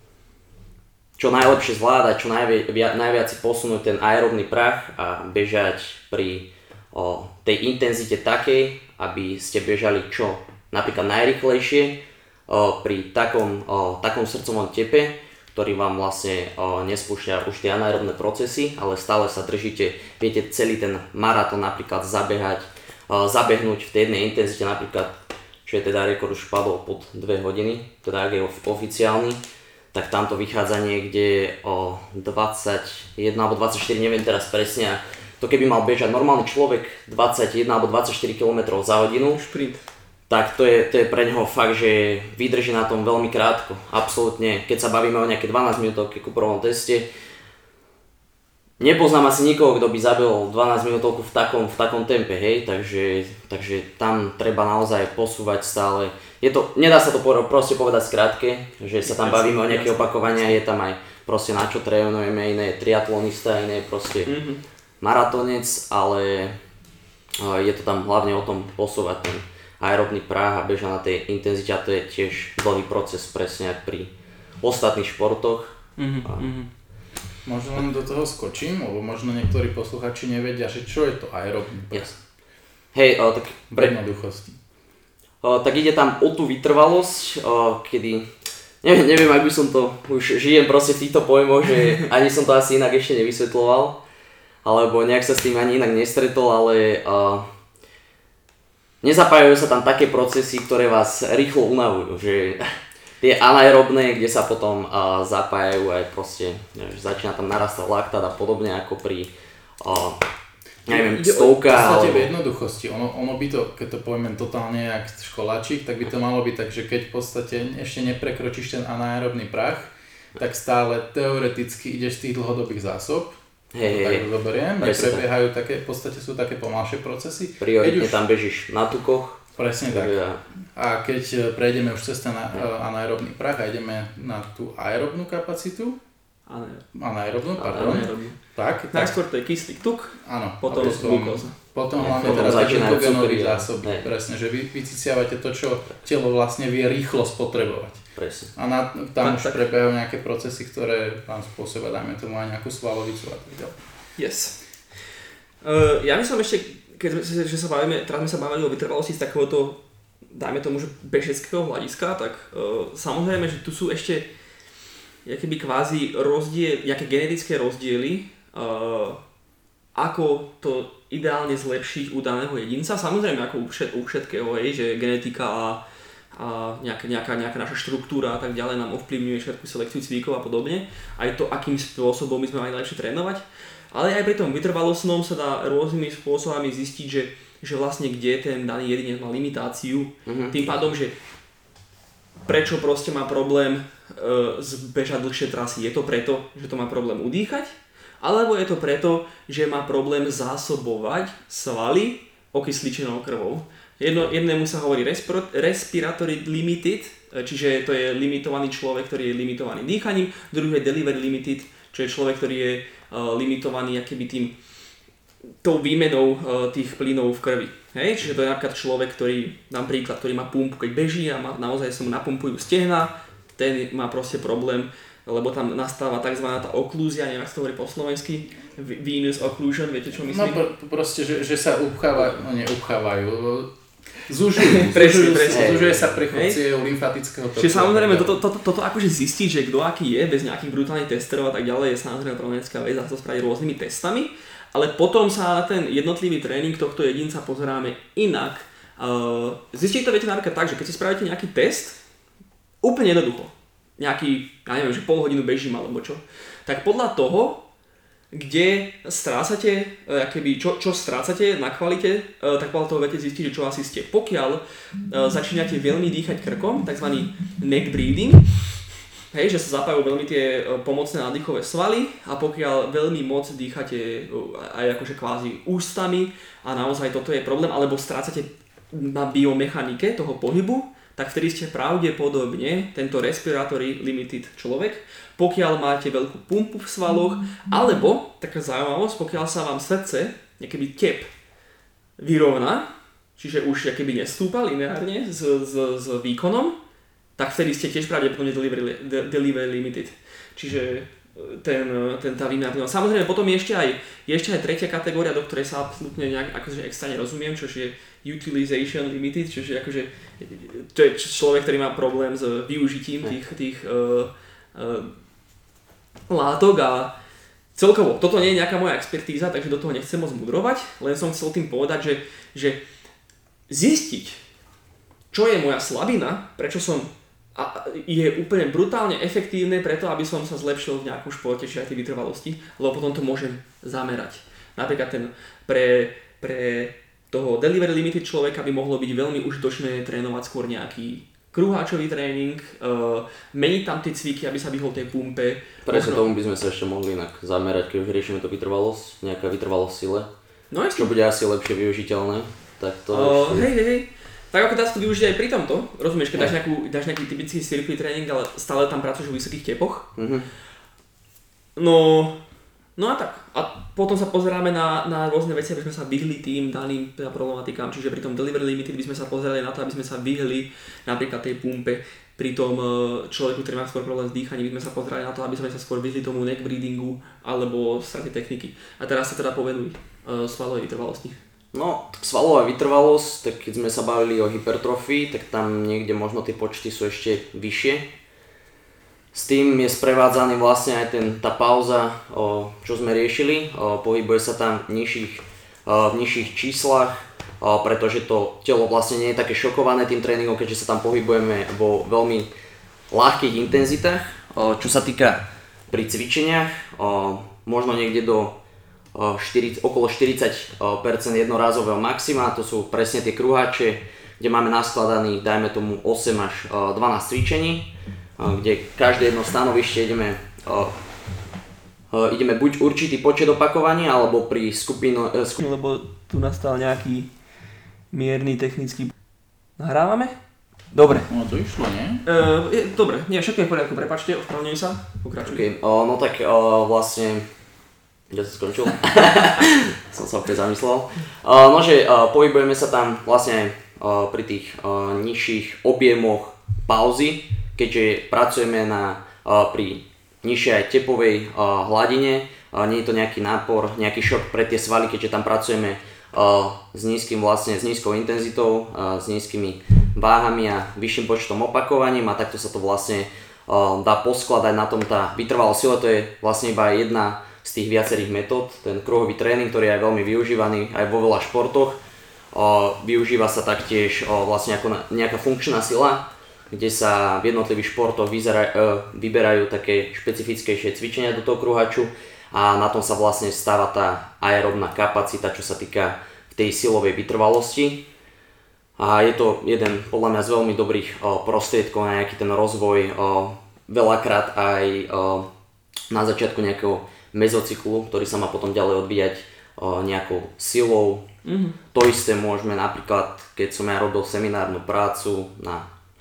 čo najlepšie zvládať, čo najvi, najviac si posunúť ten aerobný prach a bežať pri o, tej intenzite takej, aby ste bežali čo napríklad najrýchlejšie o, pri takom, o, takom srdcovom tepe, ktorý vám vlastne o, nespúšťa už tie anaerobné procesy, ale stále sa držíte, viete celý ten maratón napríklad zabehať, o, zabehnúť v tej jednej intenzite napríklad, čo je teda rekord už padol pod dve hodiny, teda ak je oficiálny, tak tam to vychádza niekde o dvadsaťjeden alebo dvadsaťštyri, neviem teraz presne. To keby mal bežať normálny človek dvadsaťjeden alebo dvadsaťštyri kilometrov za hodinu, šprint, tak to je, to je pre neho fakt, že vydrží na tom veľmi krátko. Absolútne, keď sa bavíme o nejaké dvanásť minútovke ku prvom teste, nepoznám asi nikoho, kto by zabehol dvanásť minútovku v takom, v takom tempe, hej, takže, takže tam treba naozaj posúvať stále. Je to, nedá sa to proste povedať skrátke, že sa tam bavíme o nejaké opakovania, je tam aj proste na čo trénujeme, iné je triatlonista, iné je proste mm-hmm. maratónec, ale je to tam hlavne o tom posúvať ten aerobný práh a bežať na tej intenzite a to je tiež dlhý proces, presne ako pri ostatných športoch. Mm-hmm. A... Možno len do toho skočím, lebo možno niektorí posluchači nevedia, že čo je to aerobný práh. Yes. Hej, o, tak... Pre jednoduchosti. O, tak ide tam o tú vytrvalosť, o, kedy, neviem, neviem, ak by som to, už žijem proste v týchto pojmoch, že ani som to asi inak ešte nevysvetľoval, alebo nejak sa s tým ani inak nestretol, ale o, nezapájajú sa tam také procesy, ktoré vás rýchlo unavujú, že tie anaerobné, kde sa potom o, zapájajú aj proste, neviem, začína tam narastať laktát a podobne ako pri... O, neviem, stovka, v podstate alebo... v jednoduchosti, ono, ono by to, keď to poviem totálne jak školáčik, tak by to malo byť tak, že keď v podstate ešte neprekročíš ten anaerobný prach, tak stále teoreticky ideš z tých dlhodobých zásob, hej, tak hej, to zoberiem, prebiehajú také, v podstate sú také pomalšie procesy. Prioritne už, tam bežíš na tukoch. Presne tak. Ja. A keď prejdeme už cez ten anaerobný prach a ideme na tú aerobnú kapacitu, anaerobnú, pardon. Anaerobnú. Tak, tak. Najskôr to je kyslík tuk, Áno. potom glukóza. Potom Ja, hlavne potom teraz tie začínajú glukogenové cukry, zásoby. hej. Presne, že vy vyciciavate to, čo telo vlastne vie rýchlo spotrebovať. Presne. A na, tam Tak, už tak. prebiehajú nejaké procesy, ktoré vám spôsobia, dajme tomu aj nejakú svalovicu a tak ďalej. Yes. Uh, ja by som ešte, keď sme, že sa bavíme, teraz sme sa bavili o vytrvalosti z takéhoto, dajme tomu, že bežeckého hľadiska, tak uh, samozrejme, že tu sú ešte jakoby kvázi rozdiel, nejaké genetické rozdiely, uh, ako to ideálne zlepšiť u daného jedinca. Samozrejme, ako u, všet, u všetkého, hej, že genetika a, a nejaká, nejaká, nejaká naša štruktúra a tak ďalej nám ovplyvňuje všetku selekciu cvíkov a podobne. Aj to, akým spôsobom by sme mali najlepšie trénovať. Ale aj pri tom vytrvalostnom sa dá rôznymi spôsobami zistiť, že, že vlastne kde ten daný jedinec má limitáciu. Mm-hmm. Tým pádom, že prečo proste má problém e, zbežať dlhšie trasy. Je to preto, že to má problém udýchať? Alebo je to preto, že má problém zásobovať svaly okysličenou krvou? Jedno, jednému sa hovorí respiratory limited čiže to je limitovaný človek, ktorý je limitovaný dýchaním, druhý je delivery limited, čo je človek, ktorý je uh, limitovaný akoby tým tou výmenou uh, tých plynov v krvi. Hej? Čiže to je napríklad človek, ktorý, dám príklad, ktorý má pumpu, keď beží a má, naozaj sa mu napumpujú stehna, ten má proste problém, lebo tam nastáva tzv. Tá oklúzia, neviem, ak sa to hovorí po slovensky, venous occlusion, viete čo myslím? No pr- proste, že, že sa upchávajú, no neupchávajú, zužujú, presne, zužujú, presne. zužuje sa prechod ciev lymfatického toku. Čiže samozrejme toto, toto, toto akože zistiť, že kto aký je, bez nejakých brutálnych testerov a tak ďalej, je samozrejme problematická vec a to spraviť rôznymi testami, ale potom sa na ten jednotlivý tréning tohto jedinca pozeráme inak. Uh, Zistíte to viete napríklad tak, že keď si spravíte nejaký test, úplne jednoducho, nejaký, ja neviem, že pol hodinu bežím alebo čo, tak podľa toho, kde strácate, akoby, čo, čo strácate na kvalite, tak podľa toho viete zistiť, že čo asi ste. Pokiaľ začínate veľmi dýchať krkom, tzv. Neck breathing, hej, že sa zapájajú veľmi tie pomocné nádychové svaly a pokiaľ veľmi moc dýchate aj akože kvázi ústami a naozaj toto je problém, alebo strácate na biomechanike toho pohybu, tak vtedy ste pravdepodobne tento respiratory limited človek, pokiaľ máte veľkú pumpu v svaloch, alebo, taká zaujímavosť, pokiaľ sa vám srdce, nejaký tep, vyrovná, čiže už nejaký nestúpa lineárne s, s, s výkonom, tak vtedy ste tiež pravdepodobne delivery, de, delivery limited. Čiže ten, ten tá výmena plynov. Samozrejme, potom je ešte aj, je ešte aj tretia kategória, do ktorej sa absolútne nejak akože extra nerozumiem, čo je utilization limited, čiže akože to je človek, ktorý má problém s využitím tých, tých uh, uh, látok a celkovo, toto nie je nejaká moja expertíza, takže do toho nechcem moc mudrovať, len som chcel tým povedať, že, že zistiť, čo je moja slabina, prečo som a je úplne brutálne efektívne preto, aby som sa zlepšil v nejakom športe, či aj tej vytrvalosti, lebo potom to môžem zamerať. Napríklad ten pre, pre toho delivery limited človeka by mohlo byť veľmi užitočné trénovať skôr nejaký kruháčový tréning, uh, meniť tam tie cviky, aby sa vyhol tej pumpe. Presne tomu by sme sa ešte mohli inak zamerať, keď už riešime to vytrvalosť, nejaká vytrvalosť sile, no, čo bude asi lepšie využiteľné. Tak to uh, ešte... hej, hej, hej. Tak ako dá sa to využiť aj pri tomto, rozumieš, keď dáš, nejakú, dáš nejaký typický circuit tréning, ale stále tam pracuješ vo vysokých tepoch. Mm-hmm. No, no a tak. A potom sa pozeráme na, na rôzne veci, aby sme sa vyhli tým daným problematikám, čiže pri tom delivery limited by sme sa pozerali na to, aby sme sa vyhli napríklad tej pumpe, pri tom človeku, ktorý má skôr problém s dýchaním, by sme sa pozerali na to, aby sme sa skôr vyhli tomu neck breathingu alebo strate techniky. A teraz sa teda poveduj uh, svalovej vytrvalosti. No, tak svalová vytrvalosť, tak keď sme sa bavili o hypertrofii, tak tam niekde možno tie počty sú ešte vyššie. S tým je sprevádzaný vlastne aj ten, tá pauza, o, čo sme riešili, o, pohybuje sa tam v nižších, o, v nižších číslach, o, pretože to telo vlastne nie je také šokované tým tréningom, keďže sa tam pohybujeme vo veľmi ľahkých intenzitách. O, čo sa týka pri cvičeniach, o, možno niekde do štyridsať, okolo štyridsať percent jednorázového maxima, to sú presne tie kruháče, kde máme naskladaných, dajme tomu osem až dvanásť cvičení, kde každé jedno stanovište ideme, ideme buď určitý počet opakovaní, alebo pri skupinu... skupinu Lebo tu nastal nejaký mierny technický... Nahrávame? Dobre. No to išlo, nie? Uh, je, dobre, nie, všetko je v poriadku, prepáčte, ospravedlňujem sa, pokračuj. Okay. O, no tak o, vlastne... Kde som skončil? Som sa opäť zamyslel. Uh, no, že uh, pohybujeme sa tam vlastne uh, pri tých uh, nižších objemoch pauzy, keďže pracujeme na, uh, pri nižšej aj tepovej uh, hladine. Uh, nie je to nejaký nápor, nejaký šok pre tie svaly, keďže tam pracujeme uh, s nízkym vlastne, s nízkou intenzitou, uh, s nízkymi váhami a vyšším počtom opakovaním a takto sa to vlastne uh, dá poskladať na tom tá vytrvalá sila. To je vlastne iba jedna z tých viacerých metód, ten kruhový tréning, ktorý je aj veľmi využívaný aj vo veľa športoch. O, využíva sa taktiež o, vlastne ako na, nejaká funkčná sila, kde sa v jednotlivých športoch vyzera, e, vyberajú také špecifickejšie cvičenia do toho kruhaču a na tom sa vlastne stáva tá aerobná kapacita, čo sa týka tej silovej vytrvalosti. A je to jeden podľa mňa z veľmi dobrých o, prostriedkov na nejaký ten rozvoj, o, veľakrát aj o, na začiatku nejakého mezocyklu, ktorý sa má potom ďalej odvíjať o, nejakou silou. Mm-hmm. To isté môžeme napríklad, keď som ja robil seminárnu prácu na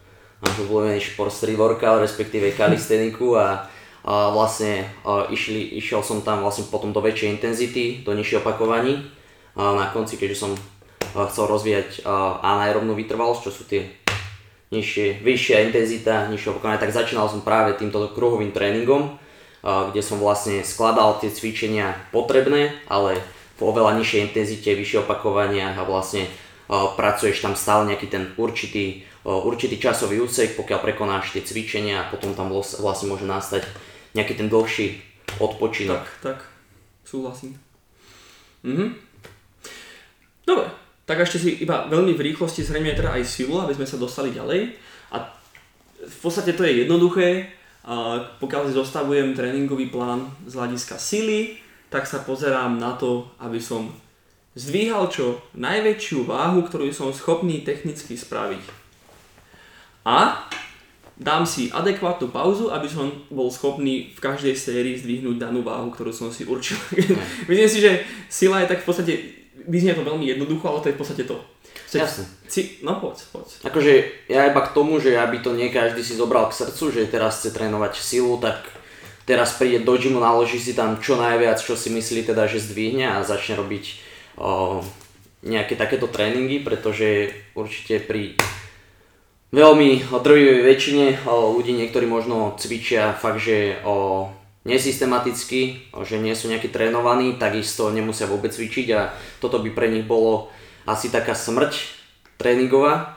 náš obľúbený šport street workout, respektíve kalisteniku a, a vlastne a išli, išiel som tam vlastne potom do väčšej intenzity, do nižších opakovaní. A na konci, keďže som chcel rozvíjať anaerobnú vytrvalosť, čo sú tie nižšie, vyššia intenzita, nižšie opakovanie, tak začínal som práve týmto kruhovým tréningom, kde som vlastne skladal tie cvičenia potrebné, ale v oveľa nižšej intenzite, vyššie opakovania a vlastne pracuješ tam stále nejaký ten určitý, určitý časový úsek, pokiaľ prekonáš tie cvičenia a potom tam vlastne môže nastať nejaký ten dlhší odpočinok. Tak, tak, súhlasím. Mhm. Dobre, tak ešte si iba veľmi v rýchlosti zrejme teda aj silu, aby sme sa dostali ďalej. A v podstate to je jednoduché. A pokiaľ si zostavujem tréningový plán z hľadiska sily, tak sa pozerám na to, aby som zdvíhal čo najväčšiu váhu, ktorú som schopný technicky spraviť. A dám si adekvátnu pauzu, aby som bol schopný v každej sérii zdvihnúť danú váhu, ktorú som si určil. Myslím si, že sila je tak v podstate, vyznie to veľmi jednoducho, ale to je v podstate to. Jasne. Si, no poď, poď. Akože ja iba k tomu, že aby to nie každý si zobral k srdcu, že teraz chce trénovať silu, tak teraz príde do gymu, naloží si tam čo najviac, čo si myslí teda, že zdvihne a začne robiť o, nejaké takéto tréningy, pretože určite pri veľmi drvivej väčšine o, ľudí niektorí možno cvičia fakt, že o, nesystematicky, že nie sú nejakí trénovaní, takisto nemusia vôbec cvičiť a toto by pre nich bolo asi taká smrť tréningová,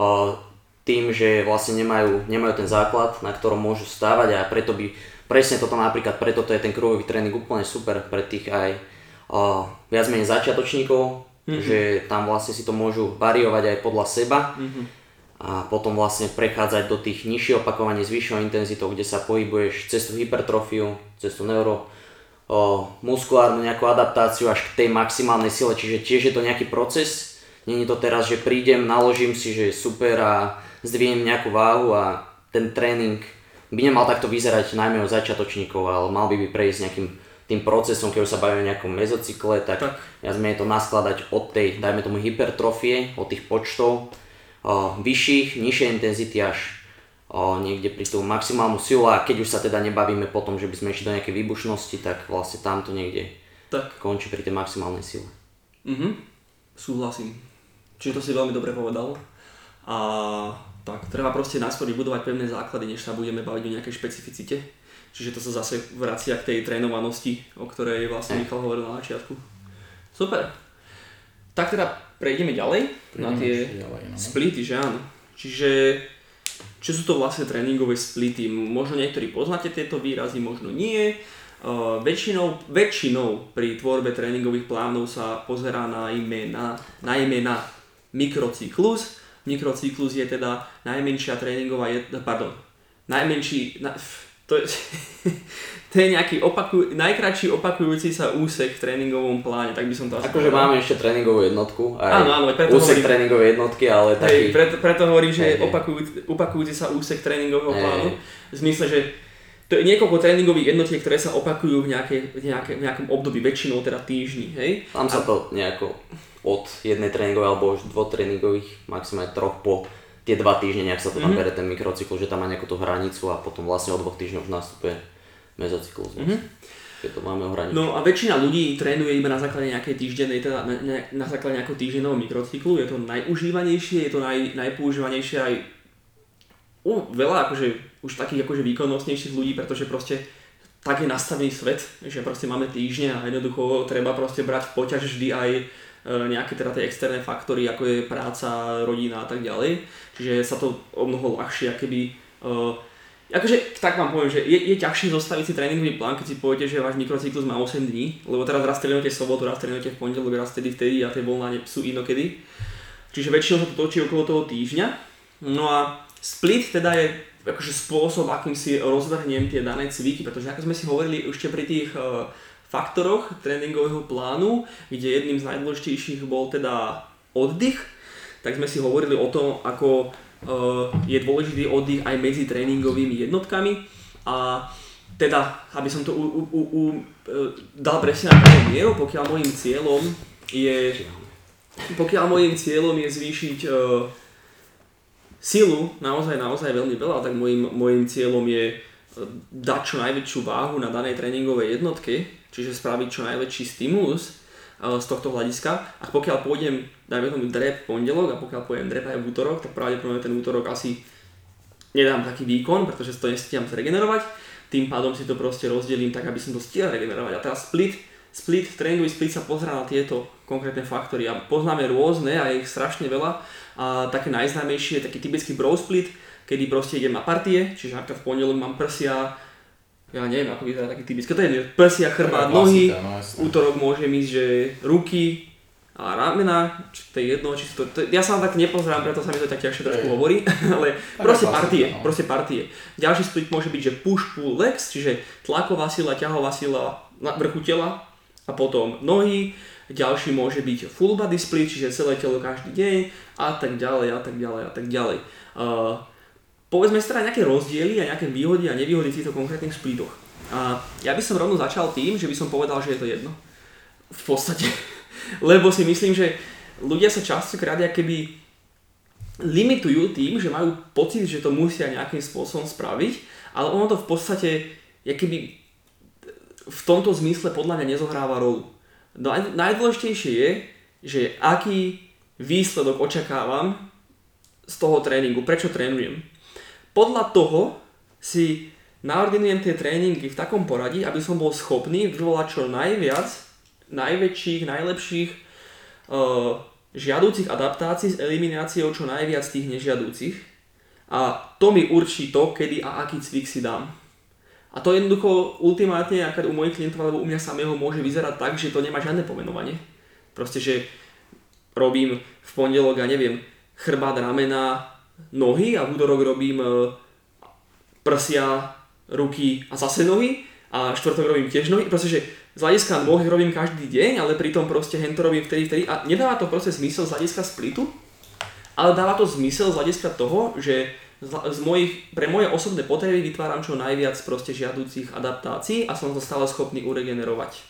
tým, že vlastne nemajú, nemajú ten základ, na ktorom môžu stávať a preto by, presne toto napríklad, preto to je ten kruhový tréning úplne super pre tých aj viac menej začiatočníkov, mm-hmm. že tam vlastne si to môžu variovať aj podľa seba. Mm-hmm. A potom vlastne prechádzať do tých nižších opakovaní s vyššou intenzitou, kde sa pohybuješ cez tú hypertrofiu, cez tú neuro, o, muskulárnu nejakú adaptáciu až k tej maximálnej sile, čiže tiež je to nejaký proces. Není to teraz, že prídem, naložím si, že je super a zdvihnem nejakú váhu a ten tréning by nemal takto vyzerať najmä u začiatočníkov, ale mal by by prejsť nejakým tým procesom, keď sa bavíme o nejakom mezocykle, tak, tak. ja sme to naskladať od tej, dajme tomu hypertrofie, od tých počtov, O, vyšších, nižšej intenzity až o, niekde pri tú maximálnu silu a keď už sa teda nebavíme potom, že by sme išli do nejakej výbušnosti, tak vlastne tamto niekde tak. končí pri tej maximálnej sile. Mhm, súhlasím. Čiže to si veľmi dobre povedal. A tak, treba proste najskôr vybudovať pevné základy, než sa budeme baviť o nejakej špecificite. Čiže to sa zase vracia k tej trénovanosti, o ktorej vlastne Michal hovoril na začiatku. Super. Tak teda prejdeme ďalej Prejdeme na tie ďalej, no. splity, že áno. Čiže čo sú to vlastne tréningové splity? Možno niektorí poznáte tieto výrazy, možno nie. Uh, väčšinou, väčšinou pri tvorbe tréningových plánov sa pozerá najmä na, najmä na mikrocyklus. Mikrocyklus je teda najmenšia tréningová, pardon, najmenší, na, to je, to je nejaký opakuj, najkratší opakujúci sa úsek v tréningovom pláne, tak by som to asi akože povedal. Máme ešte tréningovú jednotku, aj áno, áno, úsek hovorím, tréningovej jednotky, ale taký... Hej, preto, preto hovorím, že je opakujúci, opakujúci sa úsek tréningového hej. plánu, v zmysle, že to je niekoľko tréningových jednotiek, ktoré sa opakujú v, nejaké, v, nejaké, v nejakom období, väčšinou teda týždni, hej? Tam sa to nejako od jednej tréningovej alebo už dvoch tréningových, maximálne troch po tie dva týždne, nejak sa to tam mm-hmm. bere ten mikrocyklus, že tam má nejakú tú hranicu a potom vlastne od dvoch týždňov už nastupuje mezocyklus. Mm-hmm. Keď to máme ohraničiť. No a väčšina ľudí trénuje iba na základe nejakej týždennej, teda na, na, na základe nejakého týždenného mikrocyklu, je to najužívanejšie, je to naj, najpoužívanejšie aj u veľa akože už takých akože výkonnostnejších ľudí, pretože proste tak je nastavený svet, že proste máme týždne a jednoducho treba proste brať v poťaž vždy aj nejaké teda tie externé faktory, ako je práca, rodina a tak ďalej. Čiže sa to o mnoho ľahšie, akoby... Uh, akože tak vám poviem, že je, je ťažšie zostaviť si tréningový plán, keď si poviete, že váš mikrocyklus má osem dní, lebo teraz raz trénujete v sobotu, raz trénujete v pondelok, raz vtedy vtedy a tie voľná sú inokedy. Čiže väčšinou sa to točí okolo toho týždňa. No a split teda je akože spôsob, akým si rozvrhnem tie dané cviky, pretože ako sme si hovorili ešte pri tých uh, faktoroch tréningového plánu, kde jedným z najdôležitejších bol teda oddych, tak sme si hovorili o tom, ako uh, je dôležitý oddych aj medzi tréningovými jednotkami a teda, aby som to u, u, u, u, dal presne na pravú mieru, pokiaľ môjim cieľom je pokiaľ môjim cieľom je zvýšiť uh, silu naozaj, naozaj veľmi veľa, tak môjim, môjim cieľom je dať čo najväčšiu váhu na danej tréningovej jednotke, čiže spraviť čo najväčší stimulus z tohto hľadiska. A pokiaľ pôjdem, dajme tomu drep v pondelok a pokiaľ pôjdem drep aj v útorok, tak pravdepodobne ten útorok asi nedám taký výkon, pretože to nestíham zregenerovať. Tým pádom si to proste rozdelím tak, aby som to stihol regenerovať. A teraz split, split, tréningový split sa pozerá na tieto konkrétne faktory a poznáme rôzne a je ich strašne veľa. A také najznámejšie je taký typický bro split, kedy proste idem na partie, čiže napríklad v pondelok mám prsia, ja neviem ako vyzerá taký typický, to je prsia, chrbát, nohy, no, útorok môžem ísť, že ruky a ramena, či to je jedno, či to, to, ja sa vám tak nepozerám, preto sa mi to tak ťažšie trošku hovorí, ale proste partie, no. proste partie. Ďalší split môže byť, že push, pull, legs, čiže tlaková sila, ťahová sila na vrchu tela a potom nohy. Ďalší môže byť full body split, čiže celé telo každý deň a tak ďalej a tak ďalej a tak ďalej. Uh, povedzme si teda nejaké rozdiely a nejaké výhody a nevýhody v týchto konkrétnych splitoch. A ja by som rovno začal tým, že by som povedal, že je to jedno. V podstate. Lebo si myslím, že ľudia sa častokrát keby limitujú tým, že majú pocit, že to musia nejakým spôsobom spraviť, ale ono to v podstate keby v tomto zmysle podľa mňa nezohráva rolu. Naj, najdôležitejšie je, že aký výsledok očakávam z toho tréningu, prečo trénujem. Podľa toho si naordinujem tie tréningy v takom poradí, aby som bol schopný vyvolať čo najviac, najväčších, najlepších uh, žiadúcich adaptácií s elimináciou čo najviac tých nežiadúcich. A to mi určí to, kedy a aký cvik si dám. A to jednoducho ultimátne, aká u mojich klientov alebo u mňa samého môže vyzerať tak, že to nemá žiadne pomenovanie. Proste, že robím v pondelok, ja neviem, chrbát, ramena, nohy a v útorok robím prsia, ruky a zase nohy a štvrtok robím tiež nohy. Proste, že z hľadiska nôh robím každý deň, ale pritom proste hento robím vtedy, vtedy a nedáva to proste zmysel z hľadiska splitu, ale dáva to zmysel z hľadiska toho, že z mojich, pre moje osobné potreby vytváram čo najviac proste žiadúcich adaptácií a som to stále schopný uregenerovať.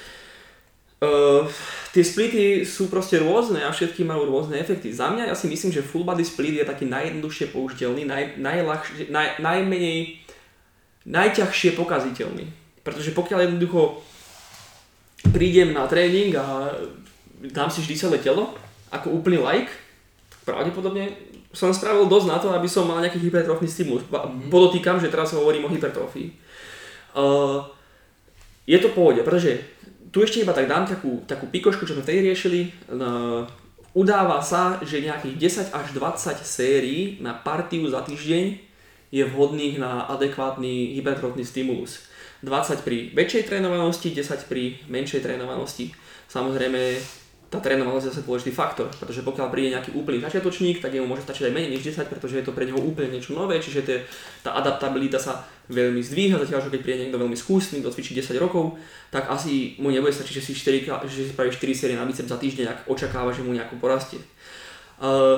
Uh, tie splity sú proste rôzne a všetky majú rôzne efekty. Za mňa ja si myslím, že full body split je taký najjednoduchšie použiteľný, naj, najľahšie, naj, najmenej, najťažšie pokaziteľný. Pretože pokiaľ jednoducho prídem na tréning a dám si vždy celé telo ako úplný like, pravdepodobne som spravil dosť na to, aby som mal nejaký hypertrofný stimulus. Podotýkam, že teraz hovorím o hypertrofii. Uh, je to pohode, pretože tu ešte iba tak dám takú, takú pikošku, čo sme vtedy riešili. Uh, udáva sa, že nejakých desať až dvadsať sérií na partiu za týždeň je vhodných na adekvátny hypertrofný stimulus. dvadsať pri väčšej trénovanosti, desať pri menšej trénovanosti. Samozrejme, tá trénovanosť je zase dôležitý faktor, pretože pokiaľ príde nejaký úplný začiatočník, tak jemu môže stačiť aj menej než desať, pretože je to pre neho úplne niečo nové, čiže tie, tá adaptabilita sa veľmi zdvíha, zatiaľ, že keď príde niekto veľmi skúsny, kto cvičí desať rokov, tak asi mu nebude stačiť, že si, štyri, že si spraví štyri série na biceps za týždeň, ak očakáva, že mu nejako porastie. Uh,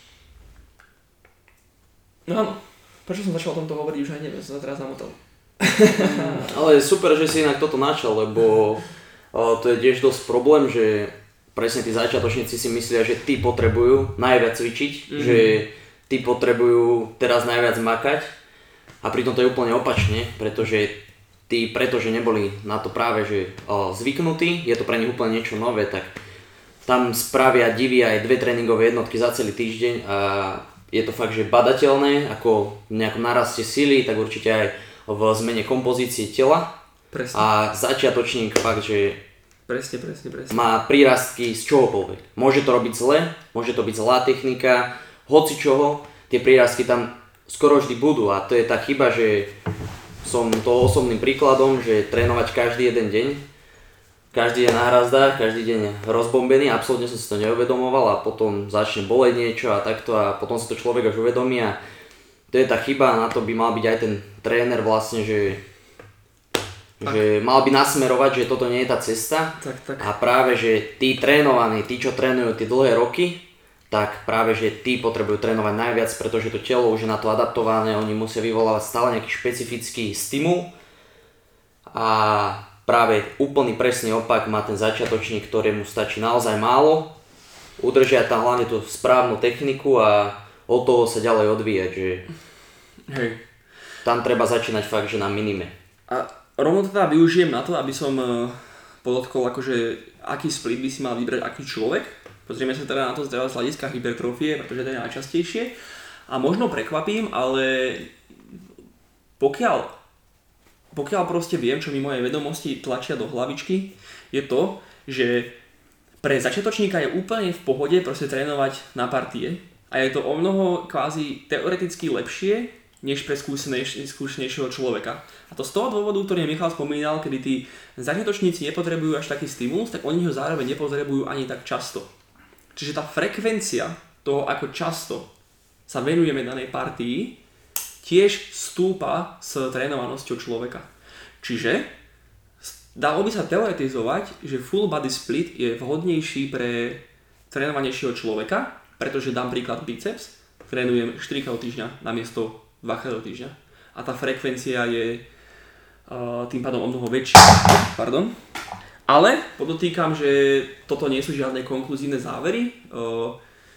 no áno, prečo som začal o tomto hovoriť, už aj neviem, som sa teraz zamotal. Ale super, že si inak toto načal, lebo uh, to je tiež dosť problém, že presne tí začiatočníci si myslia, že tí potrebujú najviac cvičiť, mm-hmm. že tí potrebujú teraz najviac makať a pritom to je úplne opačne, pretože tí, pretože neboli na to práve že o, zvyknutí, je to pre nich úplne niečo nové, tak tam spravia divy aj dve tréningové jednotky za celý týždeň a je to fakt, že badateľné, ako v nejakom naraste sily, tak určite aj v zmene kompozície tela. Presne. A začiatočník fakt, že Presne, presne, presne. má prírastky z čohokoľvek. Môže to robiť zle, môže to byť zlá technika, hoci čoho, tie prírastky tam skoro vždy budú a to je tá chyba, že som to osobným príkladom, že trénovať každý jeden deň, každý deň na hrazdách, každý deň rozbombený, absolútne som si to neuvedomoval a potom začne boleť niečo a takto a potom si to človek až uvedomí a to je tá chyba, na to by mal byť aj ten tréner vlastne, že že mal by nasmerovať, že toto nie je tá cesta tak, tak. A práve, že tí trénovaní, tí, čo trénujú tie dlhé roky, tak práve, že tí potrebujú trénovať najviac, pretože to telo už je na to adaptované, oni musia vyvolávať stále nejaký špecifický stimul a práve úplný presný opak má ten začiatočník, ktorému stačí naozaj málo, udržia tam hlavne tú správnu techniku a od toho sa ďalej odvíjať, že Hej. tam treba začínať fakt, že na minime. A rovno to teda využijem na to, aby som podotkol, akože aký split by si mal vybrať aký človek. Pozrieme sa teda na to z hľadiska hypertrofie, pretože to je najčastejšie. A možno prekvapím, ale pokiaľ, pokiaľ proste viem, čo mi moje vedomosti tlačia do hlavičky, je to, že pre začiatočníka je úplne v pohode proste trénovať na partie. A je to o mnoho kvázi teoreticky lepšie, než pre skúsenejšieho človeka. A to z toho dôvodu, ktorý Michal spomínal, kedy tí začiatočníci nepotrebujú až taký stimulus, tak oni ho zároveň nepotrebujú ani tak často. Čiže tá frekvencia toho, ako často sa venujeme danej partii, tiež stúpa s trénovanosťou človeka. Čiže dalo by sa teoretizovať, že full body split je vhodnejší pre trénovanejšieho človeka, pretože dám príklad biceps, trénujem štyrikrát do týždňa namiesto dvakrát do týždňa. A tá frekvencia je uh, tým pádom o mnoho väčšia. Pardon. Ale podotýkam, že toto nie sú žiadne konkluzívne závery. Uh,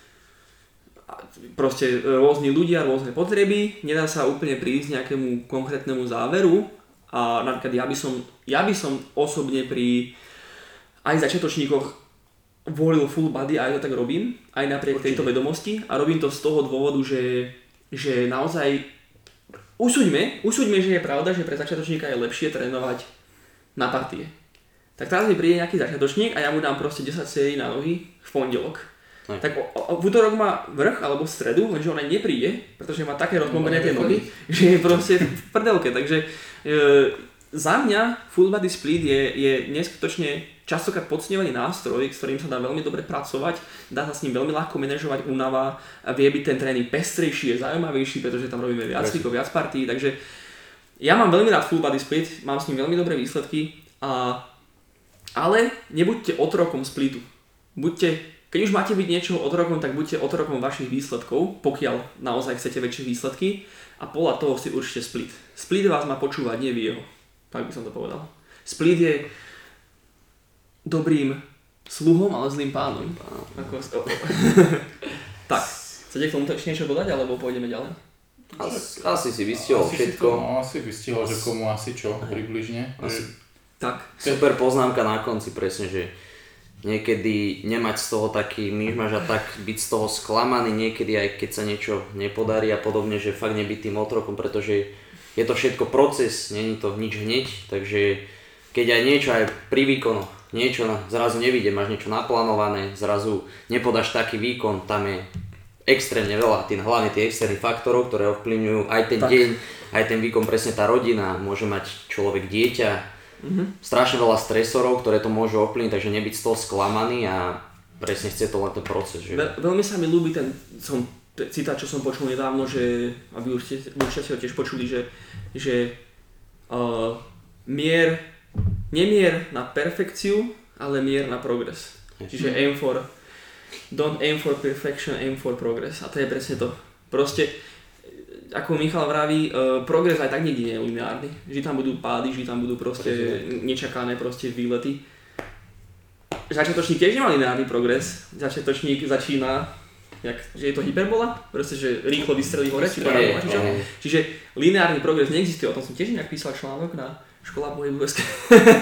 proste rôzni ľudia, rôzne potreby. Nedá sa úplne prísť nejakému konkrétnemu záveru. A napríklad ja by som, ja by som osobne pri aj začiatočníkoch volil full body a aj to tak robím. Aj napriek Určite. tejto vedomosti. A robím to z toho dôvodu, že, že naozaj Usúďme, usúďme, že je pravda, že pre začiatočníka je lepšie trénovať na partie. Tak teraz mi príde nejaký začiatočník a ja mu dám proste desať sérií na nohy v pondelok. Aj. Tak o, o, v útorok má vrch alebo v stredu, lenže on aj nepríde, pretože má také rozbombené tie nohy, že je proste v prdelke. Takže e, za mňa full body split je, je neskutočne častokrát podceňovaný nástroj, s ktorým sa dá veľmi dobre pracovať, dá sa s ním veľmi ľahko manažovať únava a vie byť ten tréning pestrejší, je zaujímavejší, pretože tam robíme viac cvikov, viac partí, takže ja mám veľmi rád full body split, mám s ním veľmi dobré výsledky, a, ale nebuďte otrokom splitu. Buďte, keď už máte byť niečoho otrokom, tak buďte otrokom vašich výsledkov, pokiaľ naozaj chcete väčšie výsledky, a podľa toho si určite split. Split vás má počúvať, nie vy jeho, tak by som to povedal. Split je dobrým sluhom, ale zlým pánom. Ako... tak, chcete k tomu ešte niečo dodať, alebo pôjdeme ďalej? Asi, asi si vystihol asi všetko. Si to, no, asi vystihol, že komu asi čo, približne. Asi. Tak. Super poznámka na konci, presne, že niekedy nemať z toho taký myšmaž a tak byť z toho sklamaný, niekedy aj keď sa niečo nepodarí a podobne, že fakt nebyť tým otrokom, pretože je to všetko proces, nie je to nič hneď, takže keď aj niečo aj pri výkonoch, niečo zrazu nevíde, máš niečo naplánované, zrazu nepodáš taký výkon, tam je extrémne veľa, tým hlavne tie externých faktorov, ktoré ovplyvňujú aj ten tak. deň, aj ten výkon, presne tá rodina, môže mať človek dieťa, mm-hmm. strašne veľa stresorov, ktoré to môžu ovplyvniť, takže nebyť z toho sklamaný a presne chce to len ten proces. Že... Ve- veľmi sa mi ľúbi ten som, citát, čo som počul nedávno, že, a vy už ste, už ste ho tiež počuli, že, že uh, mier nemier na perfekciu, ale mier na progres. Čiže aim for, don't aim for perfection, aim for progress. A to je presne to. Proste, ako Michal vraví, uh, progres aj tak nikdy nie je lineárny. Vždy tam budú pády, vždy tam budú proste nečakané proste výlety. Začiatočník tiež nemá lineárny progres. Začiatočník začína, jak, že je to hyperbola, proste, že rýchlo vystrelí hore, či parabola, či čo. Čiže lineárny progres neexistuje, o tom som tiež nejak písal článok na Škola pohybu es ká,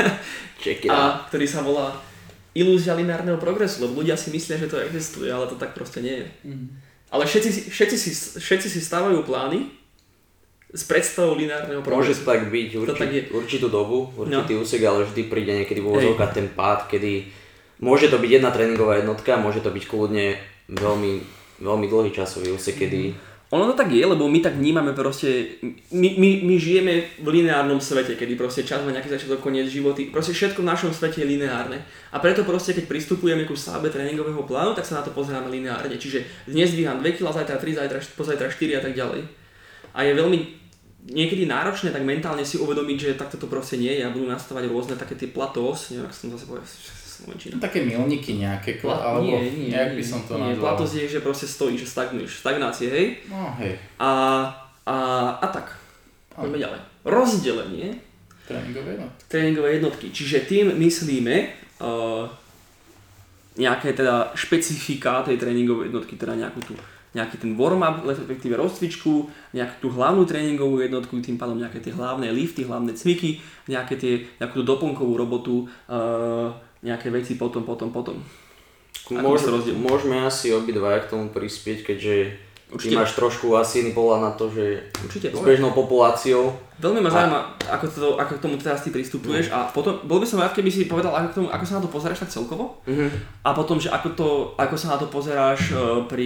a ktorý sa volá Ilúzia lineárneho progresu, lebo ľudia si myslia, že to existuje, ale to tak proste nie je. Mm. Ale všetci, všetci, si, všetci si stávajú plány s predstavou lineárneho progresu. Môže tak byť určit, tak určitú dobu, určitý no. úsek, ale vždy príde niekedy v úvodzovkách ten pád, kedy môže to byť jedna tréningová jednotka, môže to byť kľudne veľmi, veľmi dlhý časový úsek, kedy... Ono to tak je, lebo my tak vnímame proste, my, my, my žijeme v lineárnom svete, kedy proste čas má nejaký začiatok, koniec životy, proste všetko v našom svete je lineárne. A preto proste, keď pristupujeme ku stavbe tréningového plánu, tak sa na to pozeráme lineárne. Čiže dnes dvíham dve kilá, zajtra tri, zajtra, pozajtra štyri a tak ďalej. A je veľmi niekedy náročné tak mentálne si uvedomiť, že takto to proste nie je a budú nastavať rôzne také tie platós, neviem, ak som zase povedal. No, také milníky nejaké, Pla- alebo nie, nie, nejak by som to nie, nazval. Platós je, že proste stojíš, že stagnuješ, stagnácie, hej? No hej. A, a, a tak, poďme ďalej. Rozdelenie tréningové jednotky. Tréningové jednotky, čiže tým myslíme uh, nejaké teda špecifika tej tréningovej jednotky, teda nejakú tú nejaký ten warm-up, respektíve rozcvičku, nejakú tú hlavnú tréningovú jednotku, tým pádom nejaké tie hlavné lifty, hlavné cviky, nejaké tie, nejakú tú doplnkovú robotu, uh, nejaké veci potom, potom, potom. Môž, môžeme asi obidva k tomu prispieť, keďže Určite. Ty máš trošku asi iný pohľad na to, že Určite, s bežnou populáciou. Veľmi ma zaujíma, ako, to, ako k tomu teraz ty pristupuješ mm. a potom, bol by som rád, keby si povedal, ako, k tomu, ako sa na to pozeráš tak celkovo mm-hmm. a potom, že ako, to, ako sa na to pozeráš uh, pri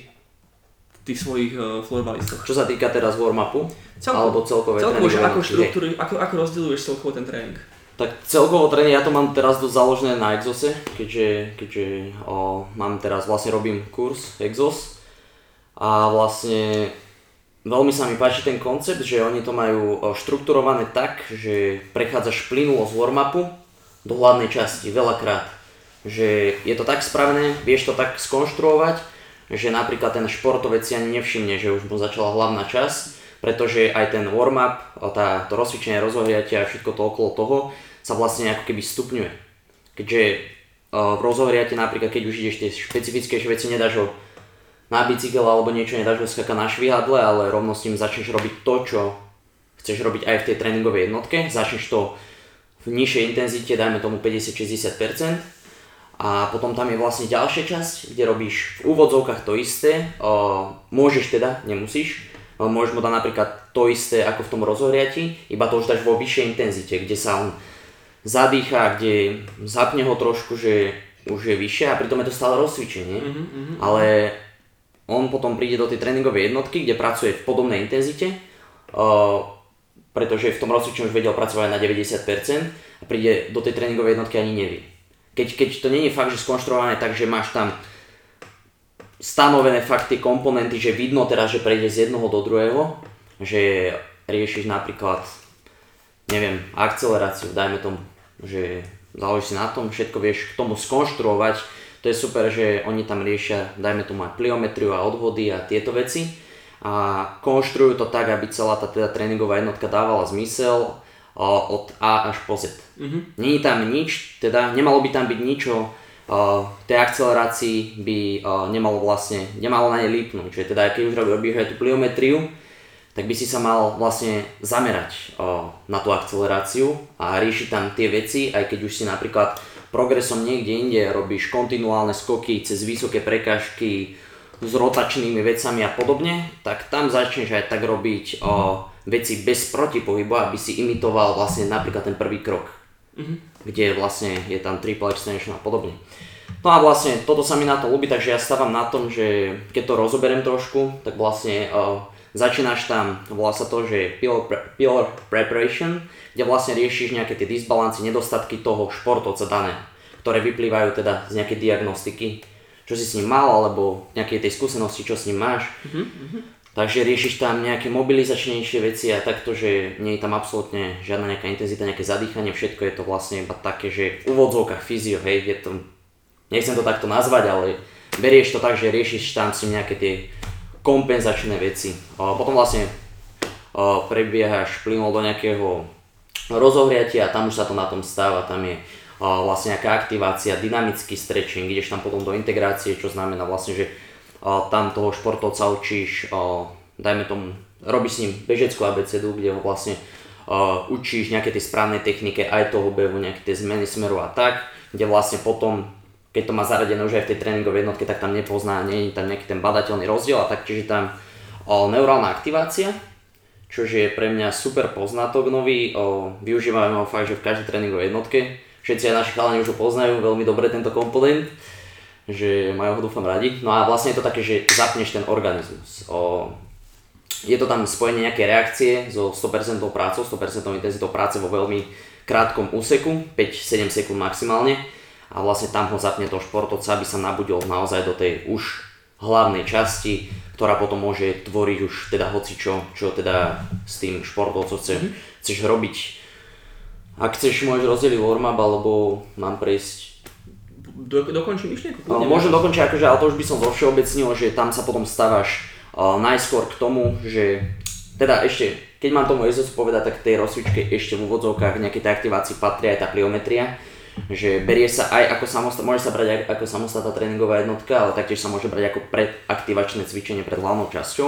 tých svojich uh, floorbalistoch. Čo sa týka teraz warm-upu? Celkovo. Alebo celkové celkovo, tréningu? Ako, štruktúry, ako, ako rozdeľuješ celkovo ten tréning? Tak celkovo tréning, ja to mám teraz dosť založené na Exose, keďže, keďže o, mám teraz, vlastne robím kurz Exos. A vlastne veľmi sa mi páči ten koncept, že oni to majú štrukturované tak, že prechádzaš plynulo z warm-upu do hlavnej časti veľakrát. Že je to tak spravené, vieš to tak skonštruovať, že napríklad ten športovec si ani nevšimne, že už mu začala hlavná časť, pretože aj ten warm-up, tá, to rozcvičenie, rozohriatie a všetko to okolo toho sa vlastne ako keby stupňuje. Keďže v rozohriate napríklad, keď už ideš tie špecifické veci, nedáš ho na bicykel alebo niečo, nedáš ho skakať na švihadle, ale rovno s tým začneš robiť to, čo chceš robiť aj v tej tréningovej jednotke. Začneš to v nižšej intenzite, dajme tomu päťdesiat až šesťdesiat percent. A potom tam je vlastne ďalšia časť, kde robíš v úvodzovkách to isté. O, môžeš teda, nemusíš, ale môžeš mu dať napríklad to isté ako v tom rozohriati, iba to už dáš vo vyššej intenzite, kde sa on zadýcha, kde zapne ho trošku, že už je vyššie a pritom je to stále rozcvičenie. Mm-hmm, mm-hmm. Ale on potom príde do tej tréningovej jednotky, kde pracuje v podobnej intenzite, uh, pretože v tom rozcvičení už vedel pracovať na deväťdesiat percent a príde do tej tréningovej jednotky ani nevie. Keď, keď to nie je fakt, že skonštruované tak, že máš tam stanovené fakt tie komponenty, že vidno teraz, že prejde z jednoho do druhého, že riešiš napríklad, neviem, akceleráciu, dajme tomu, že záleží si na tom, všetko vieš k tomu skonštruovať. To je super, že oni tam riešia, dajme tomu aj pliometriu a odvody a tieto veci a konštruujú to tak, aby celá tá teda tréningová jednotka dávala zmysel uh, od A až po Z. Mm-hmm. Nie je tam nič, teda nemalo by tam byť nič, čo uh, tej akcelerácii by uh, nemalo vlastne, nemalo na nej lípnúť. Čiže teda keď už robíš aj tú pliometriu, tak by si sa mal vlastne zamerať uh, na tú akceleráciu a riešiť tam tie veci, aj keď už si napríklad progresom niekde inde robíš kontinuálne skoky cez vysoké prekážky s rotačnými vecami a podobne, tak tam začneš aj tak robiť o, veci bez protipohybu, aby si imitoval vlastne napríklad ten prvý krok, mm-hmm. kde vlastne je tam triple extension a podobne. No a vlastne toto sa mi na to ľúbi, takže ja stávam na tom, že keď to rozoberiem trošku, tak vlastne o, začínaš tam, volá sa to, že pillar, pre, pillar preparation, kde vlastne riešiš nejaké tie disbalancy, nedostatky toho športovca daného, ktoré vyplývajú teda z nejakej diagnostiky, čo si s ním mal, alebo nejakej tej skúsenosti, čo s ním máš. Mm-hmm. Takže riešiš tam nejaké mobilizačnejšie veci a takto, že nie je tam absolútne žiadna nejaká intenzita, nejaké zadýchanie, všetko je to vlastne iba také, že v úvodzovkách fyzio, hej, je to, nechcem to takto nazvať, ale berieš to tak, že riešiš tam si nejaké tie kompenzačné veci. A potom vlastne a prebiehaš plynulo do nejakého rozohriatia a tam už sa to na tom stáva, tam je a vlastne nejaká aktivácia, dynamický stretching, ideš tam potom do integrácie, čo znamená vlastne, že a tam toho športovca učíš, a dajme tomu, robíš s ním bežeckú abecedu, kde ho vlastne a učíš nejaké tie správne technike, aj toho behu, nejaké tie zmeny smeru a tak, kde vlastne potom, keď to má zaradené už aj v tej tréningovej jednotke, tak tam nepozná, nie je tam nejaký ten badateľný rozdiel a taktiež je tam a neurálna aktivácia, čo je pre mňa super poznatok nový, a využívame ho fakt, že v každej tréningovej jednotke. Všetci aj naši chalani už ho poznajú veľmi dobre tento komponent, že majú ho dúfam radi. No a vlastne je to také, že zapneš ten organizmus. O, je to tam spojenie nejaké reakcie so sto percent prácou, sto percent intenzitou práce vo veľmi krátkom úseku, päť až sedem sekúnd maximálne. A vlastne tam ho zapne toho športovca, aby sa nabudil naozaj do tej už hlavnej časti, ktorá potom môže tvoriť už teda hocičo, čo teda s tým športovcom chceš, mm-hmm. chceš robiť. Ak chceš, môžeš rozdeliť warm-up, alebo mám prejsť... Do, dokončím myšlienku? No, môžem dokončiť, akože, ale to už by som zovšeobecnil, že tam sa potom stávaš uh, najskôr k tomu, že... Teda ešte, keď mám tomu Exosu povedať, tak tej rozcvičke ešte v úvodzovkách nejakej tej aktivácii patrí aj tá pliometria, že berie sa aj ako samostatná, môže sa brať aj ako samostatná tréningová jednotka, ale taktiež sa môže brať ako predaktivačné cvičenie pred hlavnou časťou.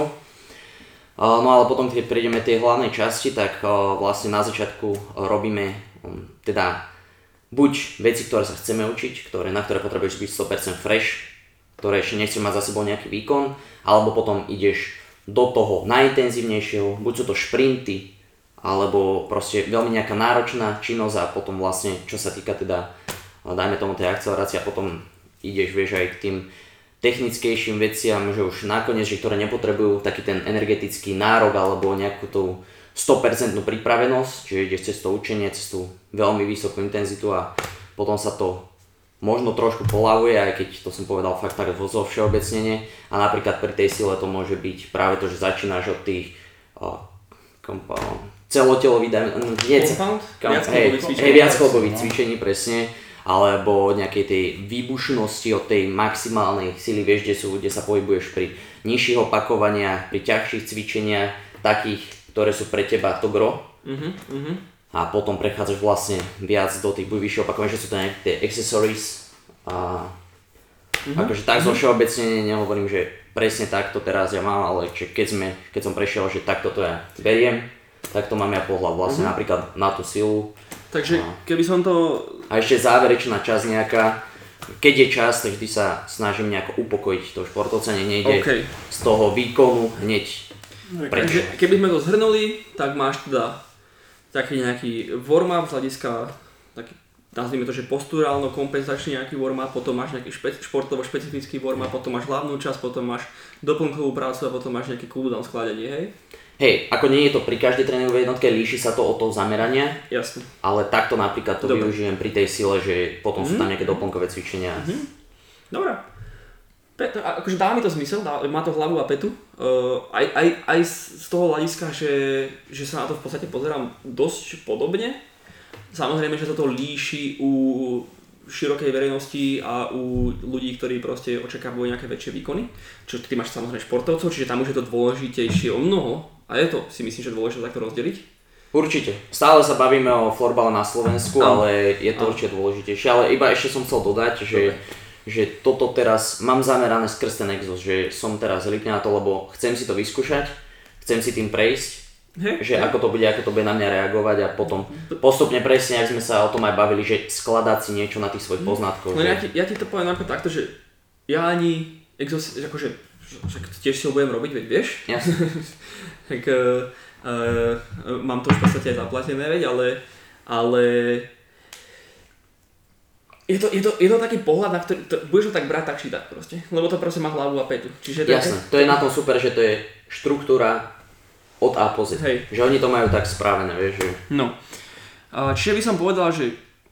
No ale potom, keď prejdeme tej hlavnej časti, tak vlastne na začiatku robíme teda buď veci, ktoré sa chceme učiť, ktoré, na ktoré potrebuješ byť sto percent fresh, ktoré ešte nechceš mať za sebou nejaký výkon, alebo potom ideš do toho najintenzívnejšieho, buď sú to šprinty, alebo proste veľmi nejaká náročná činnosť a potom vlastne, čo sa týka teda, dajme tomu tej akcelerácie a potom ideš, vieš, aj k tým technickejším veciam, že už nakoniec, že ktoré nepotrebujú taký ten energetický nárok alebo nejakú tú sto percent pripravenosť, čiže ideš cez to učenie, cez tú veľmi vysokú intenzitu a potom sa to možno trošku poľavuje, aj keď to som povedal fakt tak zo všeobecnenie a napríklad pri tej sile to môže byť práve to, že začínaš od tých uh, kompa, celotelových, nie, viackolbových cvičení, presne, alebo nejakej tej výbušnosti od tej maximálnej sily, vieš, kde, sú, kde sa pohybuješ pri nižších opakovaniach, pri ťažších cvičeniach, takých, ktoré sú pre teba to gro. Uh-huh, uh-huh. A potom prechádzaš vlastne viac do tých vyšších opakovaní, že sú to nejaké tie accessories. A uh-huh. akože tak uh-huh. zo všeobecne nehovorím, že presne takto teraz ja mám, ale keď, sme, keď som prešiel, že takto to ja beriem, tak to mám ja pohľad vlastne uh-huh. napríklad na tú silu. Takže keby som to... A ešte záverečná časť nejaká, keď je čas, tak vždy sa snažím nejako upokojiť to športovca, nejde okay. z toho výkonu hneď preč. Takže keby sme to zhrnuli, tak máš teda taký nejaký warm-up z hľadiska, taký, nazvime to, že posturálno kompenzačný nejaký warm-up, potom máš nejaký špe, športovo špecifický warm-up, potom máš hlavnú časť, potom máš doplnkovú prácu a potom máš nejaké cooldown skladanie, hej? Hej, ako nie je to pri každej tréningovej jednotke, líši sa to od toho zamerania. Jasne. Ale takto napríklad to Dobre. využijem pri tej sile, že potom mm-hmm. sú tam nejaké doplnkové cvičenia. Mm-hmm. Dobre. Pe- akože dá mi to zmysel, dá, má to hlavu a petu. Uh, aj, aj, aj z toho hľadiska, že, že sa na to v podstate pozerám dosť podobne. Samozrejme, že sa to líši u širokej verejnosti a u ľudí, ktorí proste očakávajú nejaké väčšie výkony. Čo ty máš samozrejme športovcov, čiže tam už je to dôležitejšie o mnoho. A je to, si myslím, že dôležité takto rozdeliť? Určite. Stále sa bavíme o florbale na Slovensku, no. ale je to no. určite dôležitejšie. Ale iba ešte som chcel dodať, že, že toto teraz mám zamerané skrz ten Exos, že som teraz lipne na to, lebo chcem si to vyskúšať, chcem si tým prejsť. He, že he. ako to bude, ako to bude na mňa reagovať a potom postupne presne, ak sme sa o tom aj bavili, že skladať si niečo na tých svojich poznatkoch. No že... ja, ti, ja ti to poviem napríklad takto, že ja ani Exos, akože tiež si ho budem robiť, veď vieš? Jasne. tak uh, uh, mám to už v podstate aj zaplatené, veď, ale, ale je to, je, to, je to taký pohľad, na ktorý, to, budeš ho tak brať tak či tak proste, lebo to proste má hlavu a petu. Čiže to Jasne, je, to je na tom super, že to je štruktúra od A po Z. Hej. Že oni to majú tak spravené, vieš. Že... No. Čiže by som povedal, že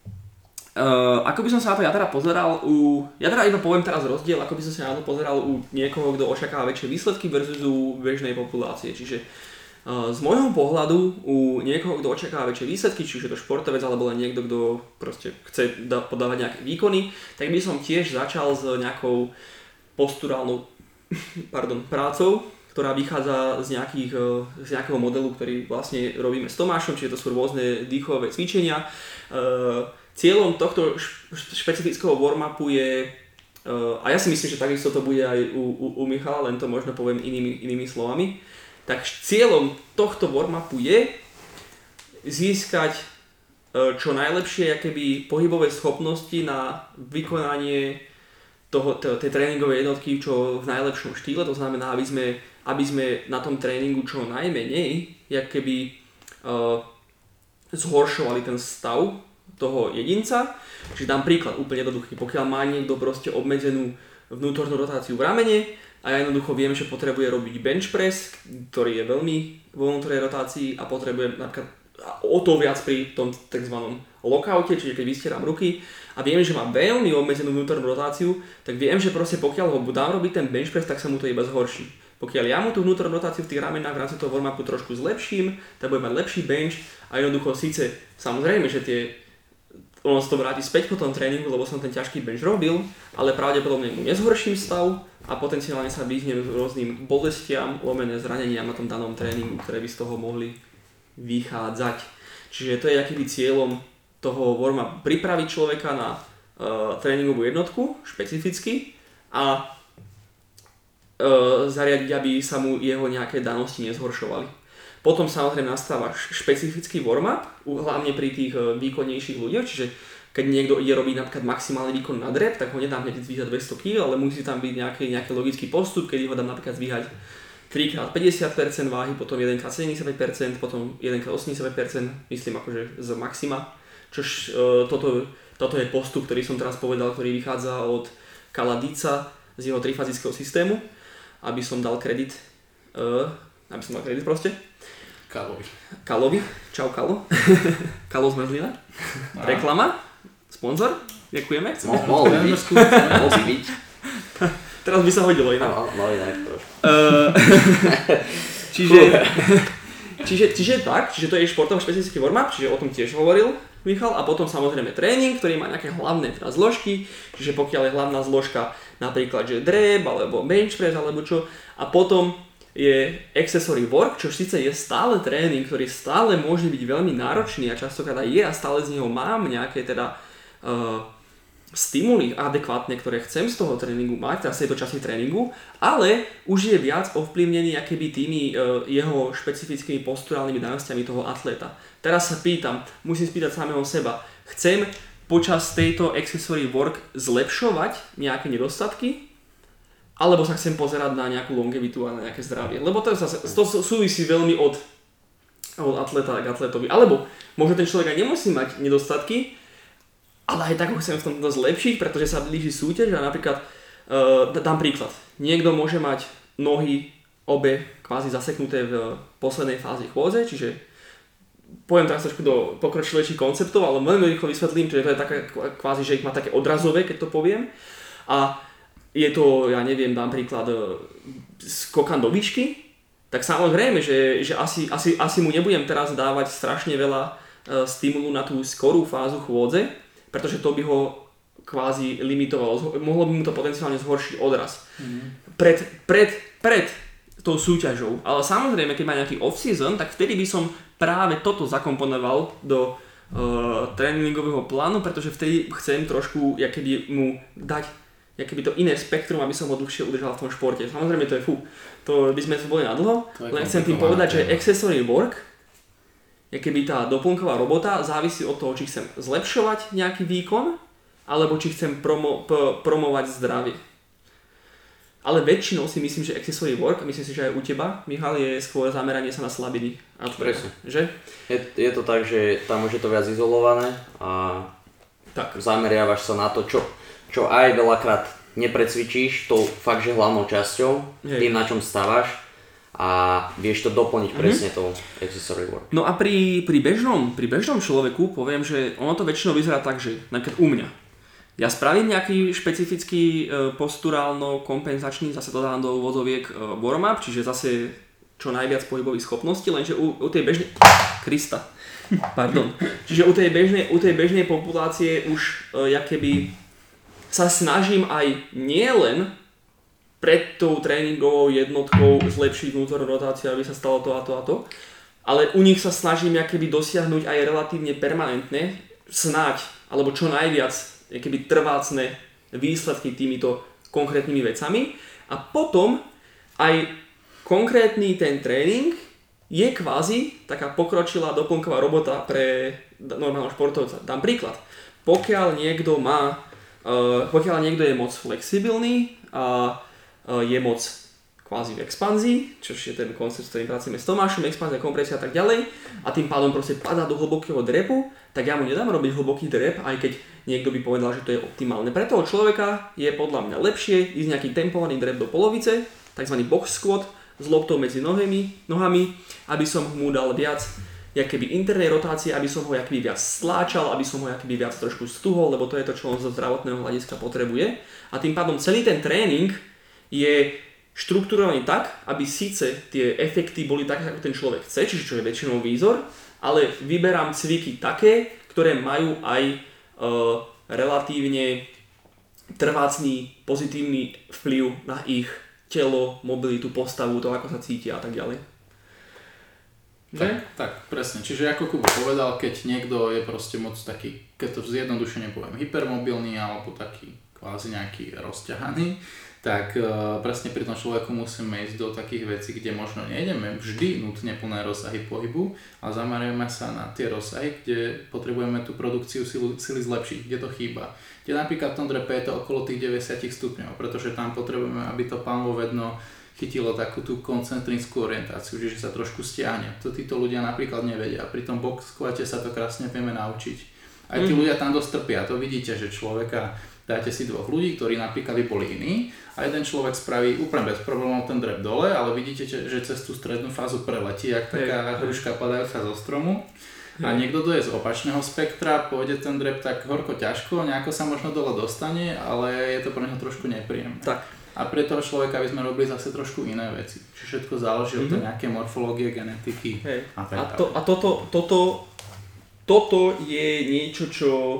uh, ako by som sa na to ja teda pozeral u... Ja teda iba poviem teraz rozdiel, ako by som sa na to pozeral u niekoho, kto očakáva väčšie výsledky versus u bežnej populácie. Čiže uh, z môjho pohľadu u niekoho, kto očakáva väčšie výsledky, čiže to športovec alebo len niekto, kto proste chce da- podávať nejaké výkony, tak by som tiež začal s nejakou posturálnou pardon, prácou, ktorá vychádza z, nejakých, z nejakého modelu, ktorý vlastne robíme s Tomášom, čiže to sú rôzne dýchové cvičenia. Cieľom tohto špecifického warm-upu je, a ja si myslím, že takisto to bude aj u, u, u Michala, len to možno poviem inými, inými slovami, tak cieľom tohto warm-upu je získať čo najlepšie akéby pohybové schopnosti na vykonanie toho, tej tréningovej jednotky čo v najlepšom štýle, to znamená, aby sme, aby sme na tom tréningu čo najmenej jak keby uh, zhoršovali ten stav toho jedinca. Čiže dám príklad úplne jednoduchý, pokiaľ má niekto proste obmedzenú vnútornú rotáciu v ramene a ja jednoducho viem, že potrebuje robiť bench press, ktorý je veľmi vo vnútornej rotácii a potrebuje napríklad o to viac pri tom tzv. Lockoute, čiže keď vystieram ruky a viem, že má veľmi obmedzenú vnútornú rotáciu, tak viem, že proste pokiaľ ho dám robiť ten bench press, tak sa mu to iba zhorší. Pokiaľ ja mu tú vnútornú rotáciu v tých ramenách v rámci toho warm-upu trošku zlepším, tak bude mať lepší bench a jednoducho síce samozrejme, že tie ono sa to vráti späť po tom tréningu, lebo som ten ťažký bench robil, ale pravdepodobne mu nezhorším stav a potenciálne sa vyhnem rôznym bolestiam, lomené zraneniam na tom danom tréningu, ktoré by z toho mohli vychádzať. Čiže to je akýby cieľom toho warm-up pripraviť človeka na uh, tréningovú jednotku špecificky a uh, zariadiť, aby sa mu jeho nejaké danosti nezhoršovali. Potom samozrejme nastáva špecifický warm-up, hlavne pri tých uh, výkonnejších ľuďoch, čiže keď niekto ide robiť napríklad maximálny výkon na drep, tak ho nedám hneď zdvíhať dvesto kíl, ale musí tam byť nejaký, nejaký logický postup, kedy ho dám napríklad zdvíhať tri krát päťdesiat percent váhy, potom jeden krát sedemdesiatpäť percent, potom jeden krát osemdesiatpäť percent, myslím akože z maxima. Čož uh, toto, toto je postup, ktorý som teraz povedal, ktorý vychádza od Kala Dietza z jeho trifázického systému, aby som dal kredit, uh, aby som dal kredit proste. Kalovi. Kalovi, čau Kalo. Kalo z Mrzlina. Reklama, sponzor, ďakujeme. Mo- mohol by byť, mohol by byť. Teraz by sa hodilo inak. No, no inak trošku. Uh, čiže, čiže, čiže tak, čiže to je športovo špecifický warm-up, čiže o tom tiež hovoril Michal, a potom samozrejme tréning, ktorý má nejaké hlavné teda zložky, čiže pokiaľ je hlavná zložka napríklad že drep alebo bench press alebo čo, a potom je accessory work, čo síce je stále tréning, ktorý stále môže byť veľmi náročný a častokrát aj je a stále z neho mám nejaké teda uh, stimuly adekvátne, ktoré chcem z toho tréningu mať, teraz je to časy tréningu, ale už je viac ovplyvnený akéby tými uh, jeho špecifickými posturálnymi danosťami toho atléta. Teraz sa pýtam, musím spýtať samého seba, chcem počas tejto accessory work zlepšovať nejaké nedostatky, alebo sa chcem pozerať na nejakú longevitu a na nejaké zdravie, lebo to, sa, to súvisí veľmi od, od atleta k atletovi, alebo možno ten človek aj nemusí mať nedostatky, ale aj tak ho chcem v tomto zlepšiť, pretože sa blíži súťaž a napríklad, uh, dám príklad, niekto môže mať nohy obe kvázi zaseknuté v poslednej fázi chôdze, čiže poviem teraz trošku do pokročilejších konceptov, ale veľmi rýchlo vysvetlím, čiže to je také kvázi, že ich má také odrazové, keď to poviem, a je to, ja neviem, dám príklad, uh, skokan do výšky, tak samozrejme, že, že asi, asi, asi mu nebudem teraz dávať strašne veľa uh, stimulu na tú skorú fázu chôdze, pretože to by ho kvázi limitovalo, mohlo by mu to potenciálne zhoršiť odraz. Mm. Pred, pred, pred tou súťažou. Ale samozrejme, keď má nejaký off-season, tak vtedy by som práve toto zakomponoval do uh, tréningového plánu, pretože vtedy chcem trošku jakoby mu dať jakoby to iné spektrum, aby som ho dlhšie udržal v tom športe. Samozrejme to je fú, to by sme to boli na dlho, len chcem tým povedať, že accessory work, keby tá doplnková robota závisí od toho, či chcem zlepšovať nejaký výkon, alebo či chcem promo, p- promovať zdravie. Ale väčšinou si myslím, že accessory work, myslím si, že aj u teba, Michal, je skôr zameranie sa na slabiny. Presne. Že? Je, je to tak, že tam už je to viac izolované a tak. Zameriavaš sa na to, čo, čo aj veľakrát neprecvičíš tou fakt, že hlavnou časťou, Hej. tým, na čom stávaš. A vieš to doplniť presne mm-hmm. tou accessory work. No a pri, pri, bežnom, pri bežnom človeku poviem, že ono to väčšinou vyzerá tak, že napríklad u mňa. Ja spravím nejaký špecifický e, posturálno-kompenzačný, zase to dám do úvozoviek e, warm-up, čiže zase čo najviac pohybových schopností, lenže u, u tej bežnej... Krista. Pardon. Čiže u tej bežnej, u tej bežnej populácie už e, jakoby sa snažím aj nielen pred tou tréningovou jednotkou zlepšiť vnútornú rotáciu, aby sa stalo to a to a to. Ale u nich sa snažím akoby dosiahnuť aj relatívne permanentné, snáď, alebo čo najviac akoby trvácne výsledky týmito konkrétnymi vecami. A potom aj konkrétny ten tréning je kvázi taká pokročilá doplnková robota pre normálneho športovca. Dám príklad. Pokiaľ niekto má, uh, pokiaľ niekto je moc flexibilný a je moc kvázi v expanzii, čo je ten koncept, s ktorým pracujeme s Tomášom, expanzia, kompresia a tak ďalej, a tým pádom proste padá do hlbokého drepu, tak ja mu nedám robiť hlboký drep, aj keď niekto by povedal, že to je optimálne. Pre toho človeka je podľa mňa lepšie ísť nejaký tempovaný drep do polovice, tzv. Box squat, s loptou medzi nohami, nohami, aby som mu dal viac jakoby internej rotácie, aby som ho jakoby viac stláčal, aby som ho jakoby viac trošku stuhol, lebo to je to, čo on zo zdravotného hľadiska potrebuje. A tým pádom celý ten tréning je štruktúrovaný tak, aby síce tie efekty boli také, ako ten človek chce, čiže čo je väčšinou výzor, ale vyberám cviky také, ktoré majú aj e, relatívne trvácný pozitívny vplyv na ich telo, mobilitu, postavu, to ako sa cítia a tak ďalej. Tak, tak, presne. Čiže ako Kubo povedal, keď niekto je proste moc taký, keď to zjednodušene poviem, hypermobilný alebo taký kvázi nejaký rozťahaný, tak uh, presne pri tom človeku musíme ísť do takých vecí, kde možno nejdeme vždy nutne plné rozsahy pohybu, ale zamerujeme sa na tie rozsahy, kde potrebujeme tú produkciu sily, sily zlepšiť, kde to chýba. Kde napríklad v tom drepe je to okolo tých deväťdesiat stupňov, pretože tam potrebujeme, aby to pánvové dno chytilo takú tú koncentrickú orientáciu, že sa trošku stiahne. To títo ľudia napríklad nevedia. Pri tom box squate sa to krásne vieme naučiť. Aj tí mm. ľudia tam dosť trpia. To vidíte, že človeka, dáte si dvoch ľudí, ktorí napríklad by boli iní a jeden človek spraví úplne bez problémov ten drep dole, ale vidíte, že cez tú strednú fázu preletí, jak taká hruška padajúca zo stromu. A niekto, kto je z opačného spektra, pôjde ten drep tak horko ťažko, nejako sa možno dole dostane, ale je to pre neho trošku nepríjemné. Tak. A pre toho človeka by sme robili zase trošku iné veci. Čiže všetko záleží mm-hmm. od tej nejaké morfológie, genetiky Hej. a tak a, to, a toto, toto, toto je niečo, čo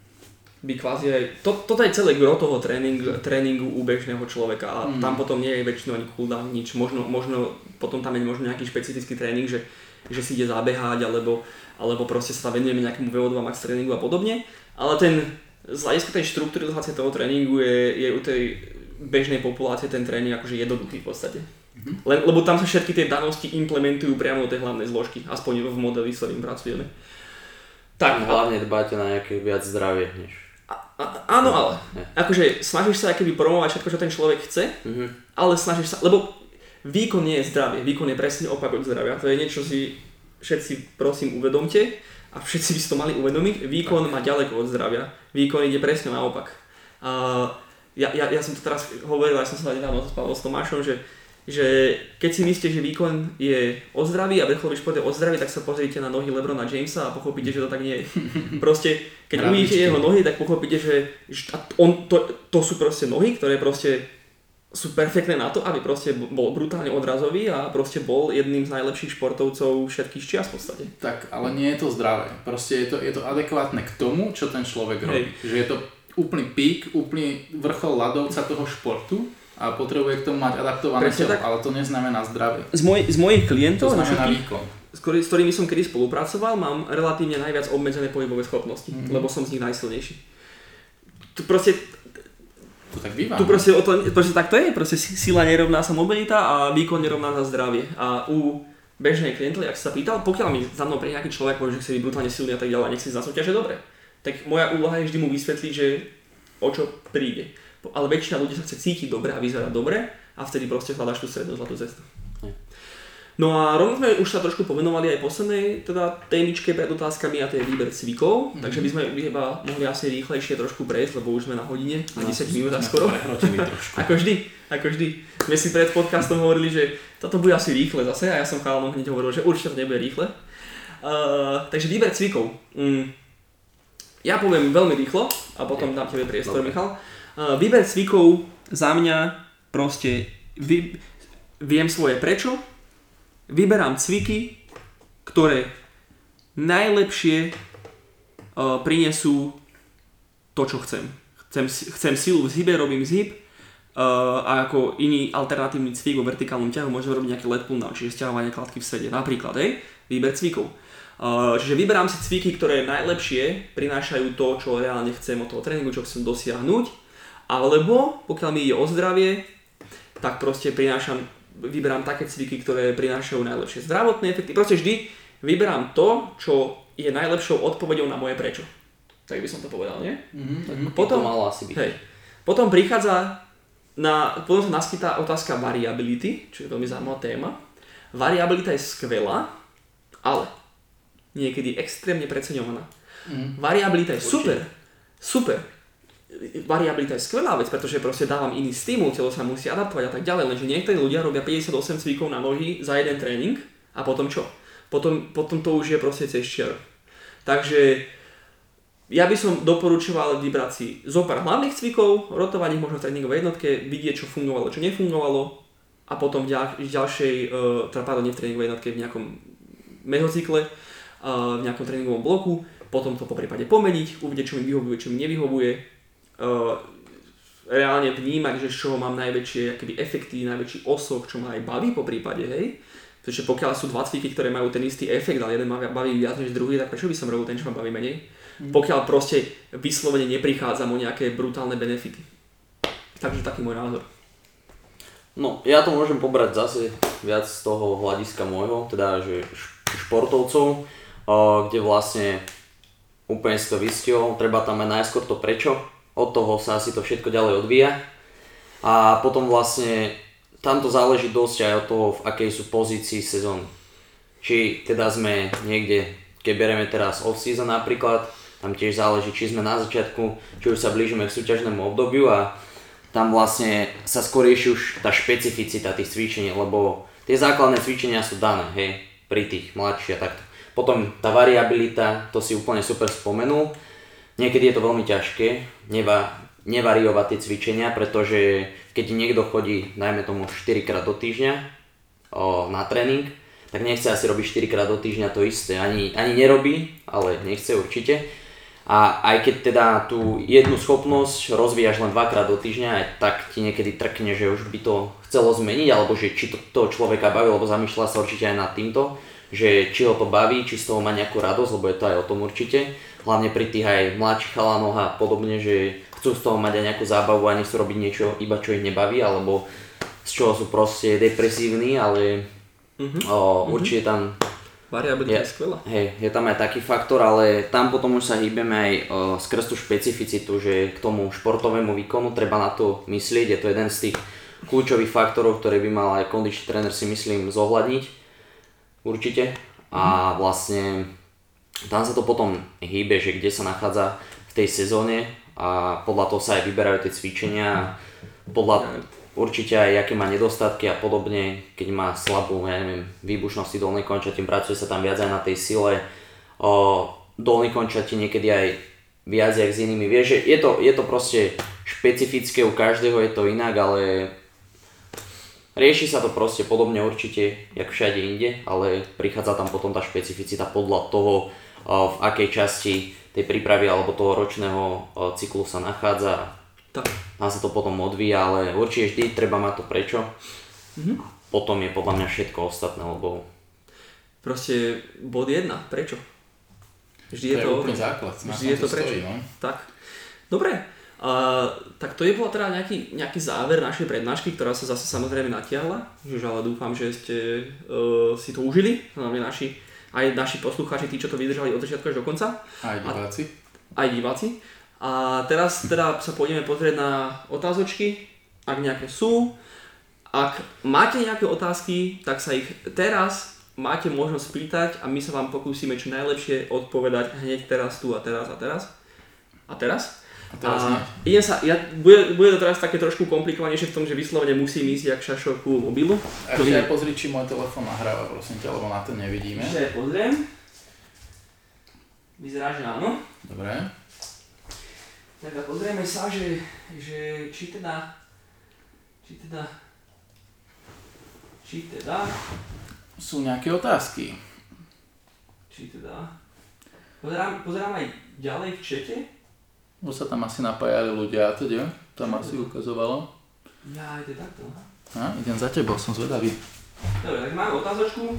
by kvázi aj... To, toto je celé gro toho tréning, tréningu u bežného človeka a mm. tam potom nie je väčšinou ani cooldown, nič. Možno, možno potom tam je možno nejaký špecifický tréning, že, že si ide zabehať alebo, alebo proste sa venujeme nejakému vé o dva max tréningu a podobne. Ale ten z hľadiska tej štruktúrizácie toho tréningu je, je u tej bežnej populácie ten tréning akože jednoduchý v podstate. Mm-hmm. Le, lebo tam sa všetky tie danosti implementujú priamo do tej hlavnej zložky, aspoň v modeli, s ktorým pracujeme. Tak, hlavne dbáte na nejaké viac zdravie, než... A, a, áno, ale akože snažíš sa akoby promovať všetko, čo ten človek chce, mm-hmm. ale snažíš sa, lebo výkon nie je zdravie, výkon je presne opak od zdravia. To je niečo, si všetci prosím uvedomte a všetci by si to mali uvedomiť. Výkon má ďaleko od zdravia, výkon ide presne naopak. A Ja, ja, ja som to teraz hovoril, ja som sa nedávno spával s Tomášom, že, že keď si myslíte, že výkon je o zdraví a vrcholový šport je o zdraví, tak sa pozrite na nohy LeBrona Jamesa a pochopíte, že to tak nie je. Proste, keď uvidíte jeho nohy, tak pochopíte, že on, to, to sú proste nohy, ktoré proste sú perfektné na to, aby proste bol brutálne odrazový a proste bol jedným z najlepších športovcov všetkých čias v podstate. Tak, ale nie je to zdravé. Proste je to, je to adekvátne k tomu, čo ten človek robí. Hej. Že je to úplný pík, úplný vrchol ľadovca toho športu a potrebuje k tomu mať adaptované telo, ale to neznamená zdravie. Z, moj, z mojich klientov, to znamená výkon. S, ktorý, s ktorými som kedy spolupracoval, mám relatívne najviac obmedzené pohybové schopnosti, mm-hmm. lebo som z nich najsilnejší. Tu proste... To tak býva. Tu proste, to, proste tak to je, proste sila nerovná sa mobilita a výkon nerovná sa zdravie. A u bežnej klientely, ak sa pýtal, pokiaľ mi za mnou pre nejaký človek povie, že chce byť brutálne silný a tak ďalej, nech si za súťaže, dobre. Tak moja úloha je vždy mu vysvetliť, že o čo príde. Ale väčšina ľudí sa chce cítiť dobre a vyzerať dobre a vtedy proste hľadaš tú strednú zlatú cestu. No a rovno sme už sa trošku pomenovali aj poslednej teda témičke pred otázkami a to je výber cvikov, mm-hmm. takže by sme iba mohli asi rýchlejšie trošku prejsť, lebo už sme na hodine, na desať minút a skoro. Ako vždy, ako vždy. My si pred podcastom hovorili, že toto bude asi rýchle zase a ja som chalanom hneď hovoril, že určite to nebude rýchle. Uh, takže výber cvikov. Mm. Ja poviem veľmi rýchlo a potom dám tebe priestor, Dobre. Michal. Uh, výber cvikov za mňa proste vy, viem svoje prečo. Vyberám cviky, ktoré najlepšie uh, prinesú to, čo chcem. Chcem, chcem silu v zhybe, robím zhyb uh, a ako iný alternatívny cvik vo vertikálnom ťahu môžem robiť nejaký lat pull down, čiže stiahovanie kladky v sede. Napríklad, hej, výber cvikov. Uh, čiže vyberám si cviky, ktoré najlepšie prinášajú to, čo reálne chcem od toho tréningu, čo chcem dosiahnuť. Alebo, pokiaľ mi ide o zdravie, tak proste prinášam, vyberám také cviky, ktoré prinášajú najlepšie zdravotné efekty. Proste vždy vyberám to, čo je najlepšou odpoveďou na moje prečo. Tak by som to povedal, nie? Mm-hmm. Potom, to malo asi byť. Hej, potom prichádza, na, potom sa naskytá otázka variability, čo je veľmi zaujímavá téma. Variabilita je skvelá, ale niekedy extrémne preceňovaná. Mm. Variabilita je super, super. Variabilita je skvelá vec, pretože proste dávam iný stimul, telo sa musí adaptovať a tak ďalej, lenže niektorí ľudia robia päťdesiatosem cvikov na nohy za jeden tréning a potom čo? Potom, potom to už je proste cez čiaru. Takže ja by som doporučoval vybrať si zo pár hlavných cvikov, rotovať ich možno v tréningovej jednotke, vidieť, čo fungovalo, čo nefungovalo a potom v ďal, ďalšej, uh, teda pardon, nie v tréningovej jednotke, v nejakom mehocykle, v nejakom tréningovom bloku, potom to po prípade pomeniť, uvidieť, čo mi vyhovuje, čo mi nevyhovuje, uh, reálne vnímať, že z čoho mám najväčšie akoby efekty, najväčší osoch, čo ma aj baví po prípade, hej, Pretože pokiaľ sú dva cviky, ktoré majú ten istý efekt, ale jeden ma baví viac než druhý, tak prečo by som robil ten, čo ma baví menej? Mm. Pokiaľ proste vyslovene neprichádzam o nejaké brutálne benefity. Takže taký môj názor. No, ja to môžem pobrať zase viac z toho hľadiska môjho, teda že športovcov, kde vlastne úplne si to vystihol, treba tam aj najskôr to prečo, od toho sa asi to všetko ďalej odvíja a potom vlastne tam to záleží dosť aj od toho, v akej sú pozícii sezóny. Či teda sme niekde, keď bereme teraz off-season napríklad, tam tiež záleží, či sme na začiatku, či už sa blížime k súťažnému obdobiu a tam vlastne sa skôr rieši už tá špecificita tých cvičení, lebo tie základné cvičenia sú dané, hej, pri tých mladších a takto. Potom tá variabilita, to si úplne super spomenul, niekedy je to veľmi ťažké, neva, nevariovať tie cvičenia, pretože keď niekto chodí, dajme tomu štyri krát do týždňa o, na tréning, tak nechce asi robiť štyri krát do týždňa to isté, ani, ani nerobí, ale nechce určite. A aj keď teda tú jednu schopnosť rozvíjaš len dvakrát do týždňa, tak ti niekedy trkne, že už by to chcelo zmeniť, alebo že či to toho človeka baví, lebo zamýšľa sa určite aj nad týmto, že či ho to baví, či z toho má nejakú radosť, lebo je to aj o tom určite. Hlavne pri tých aj mladších chalanoch a podobne, že chcú z toho mať aj nejakú zábavu a nechcú robiť niečo iba čo ich nebaví, alebo z čoho sú proste depresívni, ale mm-hmm. o, určite tam variabilita je skvelá. Hej, je tam aj taký faktor, ale tam potom už sa hýbeme aj o, skrz tú špecificitu, že k tomu športovému výkonu treba na to myslieť, je to jeden z tých kľúčových faktorov, ktoré by mal aj kondičný tréner si myslím zohľadniť, určite. A vlastne tam sa to potom hýbe, že kde sa nachádza v tej sezóne a podľa toho sa aj vyberajú tie cvičenia, podľa určite aj aké má nedostatky a podobne, keď má slabú, ja neviem, výbušnosti dolnej končatín, pracuje sa tam viac aj na tej sile, o, dolný končatín niekedy aj viac jak s inými, vieš, že je to, je to proste špecifické, u každého je to inak, ale rieši sa to proste podobne určite, jak všade inde, ale prichádza tam potom tá špecificita podľa toho, o, v akej časti tej prípravy alebo toho ročného o, cyklu sa nachádza. Tak. Tam sa to potom odvíja, ale určite vždy treba mať to prečo. Mm-hmm. Potom je podľa mňa všetko ostatné, lebo... Proste bod jedna, prečo? Vždy to je to úplný základ, vždy je to prečo. Stojí, no? Tak. Dobre, uh, tak to je bol teda nejaký, nejaký záver našej prednášky, ktorá sa zase samozrejme natiahla, že ale dúfam, že ste uh, si to užili, hlavne naši, aj naši poslucháči, tí, čo to vydržali od začiatku až do konca. Aj diváci. A, aj diváci. A teraz teda sa pôjdeme pozrieť na otázočky, ak nejaké sú. Ak máte nejaké otázky, tak sa ich teraz máte možnosť pýtať a my sa vám pokúsime čo najlepšie odpovedať hneď teraz, tu a teraz a teraz. A teraz? A teraz a idem sa, ja, bude, bude to teraz také trošku komplikovanejšie v tom, že vyslovene musím ísť jak šašo ku mobilu. A ešte aj pozri, či môj telefón nahráva, prosím ťa, lebo na to nevidíme. Ešte aj pozriem. Vyzerá, že áno. Dobre. Tak a pozrieme sa, že, že či teda, či teda, či teda, sú nejaké otázky? či teda, pozerám, pozerám aj ďalej v čete. Už sa tam asi napájali ľudia, a teda, tam asi ukazovalo. Ja, aj to je takto. A, idem za tebou, som zvedavý. Dobre, tak máme otázočku.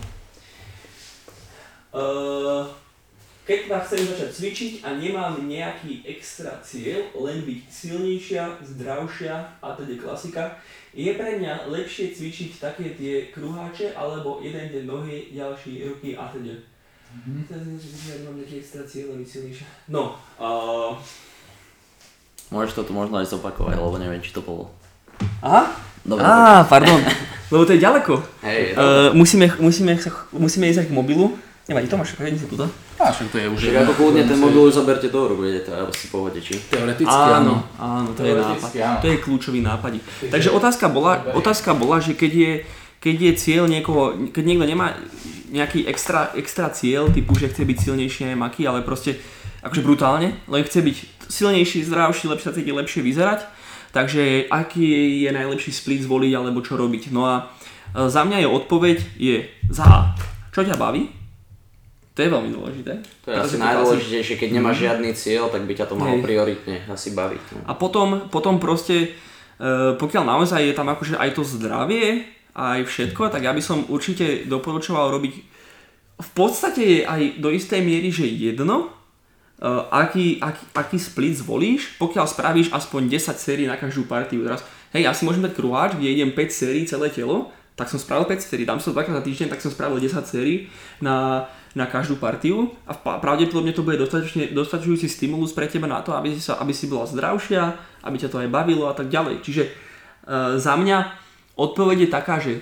Uh, Keď ma chcem začať cvičiť a nemám nejaký extra cieľ, len byť silnejšia, zdravšia a teda klasika, je pre mňa lepšie cvičiť také tie kruháče, alebo jeden deň nohy, ďalší ruky a teda. Mm-hmm. Ja nemám nejaký extra cieľ, len byť silnejšia. No, uh... Môžeš to tu možno aj zopakovať, lebo neviem, či to bolo. Aha? Dobre. Á, pardon, lebo to je ďaleko. Hej, uh, musíme, musíme, musíme ísť aj k mobilu. Nevadí, Tomáš, vedím si tuto. Á, však to je už... Však ako kľudne ten mobil už zoberte do rúk, budete to asi pohode, či? Teoreticky áno. áno. Áno, to je nápad. Áno. To je kľúčový nápad. Takže otázka bola, otázka bola, že keď je, keď je cieľ niekoho, keď niekto nemá nejaký extra, extra cieľ, typu, že chce byť silnejší, neviem aký, ale proste akože brutálne, len chce byť silnejší, zdravší, lepšie sa cítiť, lepšie vyzerať, takže aký je najlepší split zvoliť alebo čo robiť. No a za mňa je odpoveď je za A. Čo ťa baví? To je veľmi dôležité. To je asi najdôležitejšie, keď nemáš žiadny cieľ, tak by ťa to malo prioritne asi baviť. No. A potom, potom proste, pokiaľ naozaj je tam akože aj to zdravie, aj všetko, tak ja by som určite doporučoval robiť v podstate je aj do istej miery, že jedno, uh, aký, aký, aký split zvolíš, pokiaľ spravíš aspoň desať sérií na každú partiu. Teraz, hej, ja si môžem dať kruháč, kde idem päť sérií celé telo, tak som spravil päť sérií, dám si to dvakrát za týždeň, tak som spravil desať sérií na, na každú partiu a pravdepodobne to bude dostačujúci stimulus pre teba na to, aby si, sa, aby si bola zdravšia, aby ťa to aj bavilo a tak ďalej. Čiže uh, za mňa odpoveď je taká, že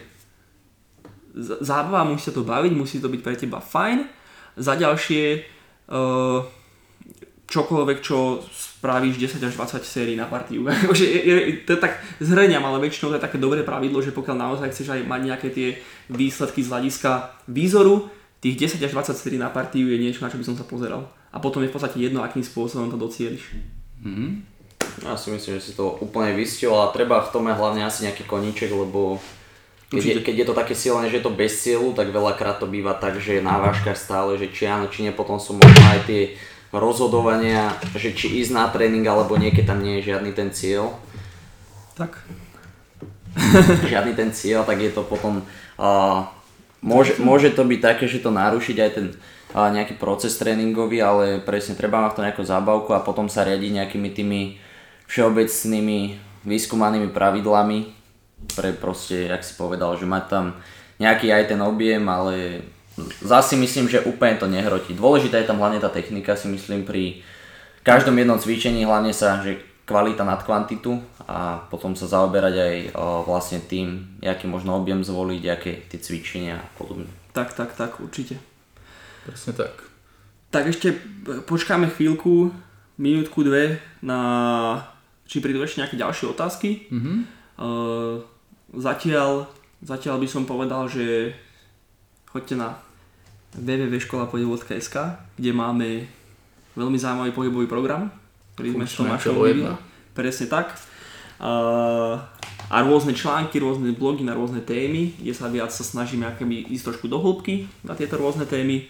zábava, musí sa to baviť, musí to byť pre teba fajn. Za ďalšie, uh, čokoľvek, čo spravíš desať až dvadsať sérií na partiu. je, je, to je tak zhrňam, ale väčšinou to je také dobré pravidlo, že pokiaľ naozaj chceš aj mať nejaké tie výsledky z hľadiska výzoru, tých desať až dvadsať sérií na partiu je niečo, na čo by som sa pozeral. A potom je v podstate jedno, akým spôsobom to docieliš. Mm-hmm. Ja si myslím, že si to úplne vystihol a treba v tom aj hlavne asi nejaký koníček, lebo Keď je, keď je to také silné, že je to bez cieľu, tak veľakrát to býva tak, že na vážkach stále, že či áno, či nie, potom sú možno aj tie rozhodovania, že či ísť na tréning, alebo nie, keď tam nie je žiadny ten cieľ. Tak. Žiadny ten cieľ, tak je to potom, uh, môže, môže to byť také, že to narušiť aj ten uh, nejaký proces tréningový, ale presne treba mať to nejakú zábavku a potom sa riadiť nejakými tými všeobecnými vyskúmanými pravidlami, pre proste, jak si povedal, že mať tam nejaký aj ten objem, ale zase myslím, že úplne to nehrotí. Dôležitá je tam hlavne tá technika, si myslím, pri každom jednom cvičení, hlavne sa, že kvalita nad kvantitu a potom sa zaoberať aj o, vlastne tým, aký možno objem zvoliť, aké tie cvičenia a podobne. Tak, tak, tak, určite. Presne tak. Tak ešte počkáme chvíľku, minútku, dve, na či prídu ešte nejaké ďalšie otázky. Mhm. Uh, zatiaľ, zatiaľ by som povedal, že choďte na w w w bodka škola pohybu bodka es ka, kde máme veľmi zaujímavý pohybový program, ktorý sme s Tomášom robili. Presne tak. Uh, a rôzne články, rôzne blogy na rôzne témy, kde sa viac sa snažíme akoby ísť trošku do hĺbky na tieto rôzne témy.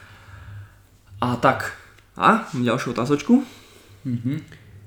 A tak. A ďalšiu otázočku. Mhm.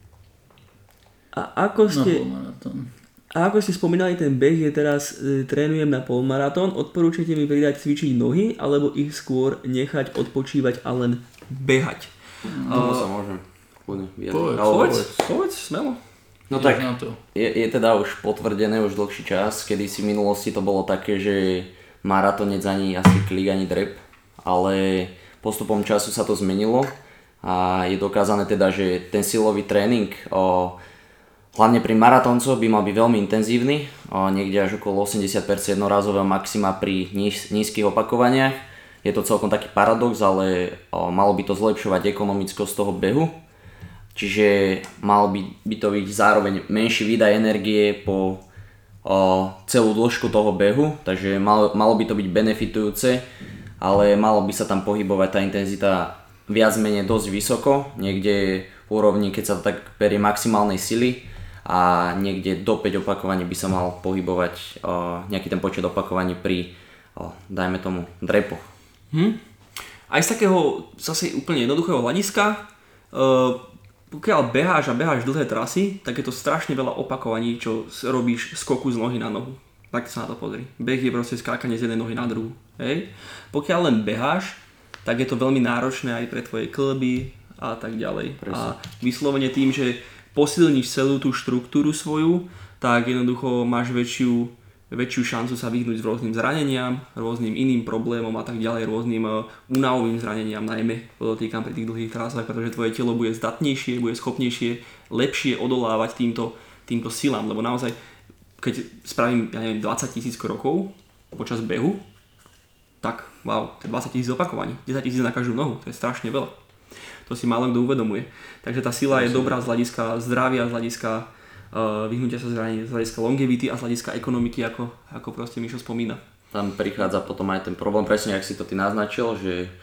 A ako ste... Na A ako ste spomínali, ten beh je teraz, e, trénujem na polmaratón, odporúčate mi pridať cvičiť nohy, alebo ich skôr nechať odpočívať a len behať? Tomu sa môžem kľudne vyjadriť. Povedz, Ale- Povedz, povedz, smelo. No tak, je, je teda už potvrdené už dlhší čas, kedy si v minulosti to bolo také, že maratónec ani asi klik, ani drep, ale postupom času sa to zmenilo a je dokázané teda, že ten silový tréning o, hlavne pri maratóncoch by mal byť veľmi intenzívny, o, niekde až okolo osemdesiat percent jednorazového maxima pri níž, nízkych opakovaniach. Je to celkom taký paradox, ale o, malo by to zlepšovať ekonomickosť toho behu. Čiže mal by, by to byť zároveň menší výdaj energie po o, celú dĺžku toho behu, takže mal, malo by to byť benefitujúce, ale malo by sa tam pohybovať tá intenzita viac menej dosť vysoko, niekde v úrovni, keď sa to tak berie maximálnej sily, a niekde do päť opakovaní by sa mal pohybovať o, nejaký ten počet opakovaní pri, o, dajme tomu, drepoch. Hm. Aj z takého zase úplne jednoduchého hľadiska, uh, pokiaľ beháš a beháš dlhé trasy, tak je to strašne veľa opakovaní, čo robíš skoku z nohy na nohu. Tak sa na to pozri. Beh je proste skákanie z jednej nohy na druhú. Hej. Pokiaľ len beháš, tak je to veľmi náročné aj pre tvoje kĺby a tak ďalej. Presne. A vyslovene tým, že posilníš celú tú štruktúru svoju, tak jednoducho máš väčšiu, väčšiu šancu sa vyhnúť rôznym zraneniam, rôznym iným problémom a tak ďalej, rôznym uh, únavovým zraneniam, najmä podotýkam pri tých dlhých trasách, pretože tvoje telo bude zdatnejšie, bude schopnejšie, lepšie odolávať týmto, týmto silám, lebo naozaj, keď spravím, ja neviem, dvadsať tisíc krokov počas behu, tak wow, to je dvadsať tisíc opakovaní, desať tisíc na každú nohu, to je strašne veľa. To si málo kto uvedomuje. Takže tá sila je dobrá z hľadiska zdravia, z hľadiska Uh, vyhnutia sa zranenia, z hľadiska longevity a z hľadiska ekonomiky, ako, ako proste Mišo spomína. Tam prichádza potom aj ten problém, presne ak si to ty naznačil, že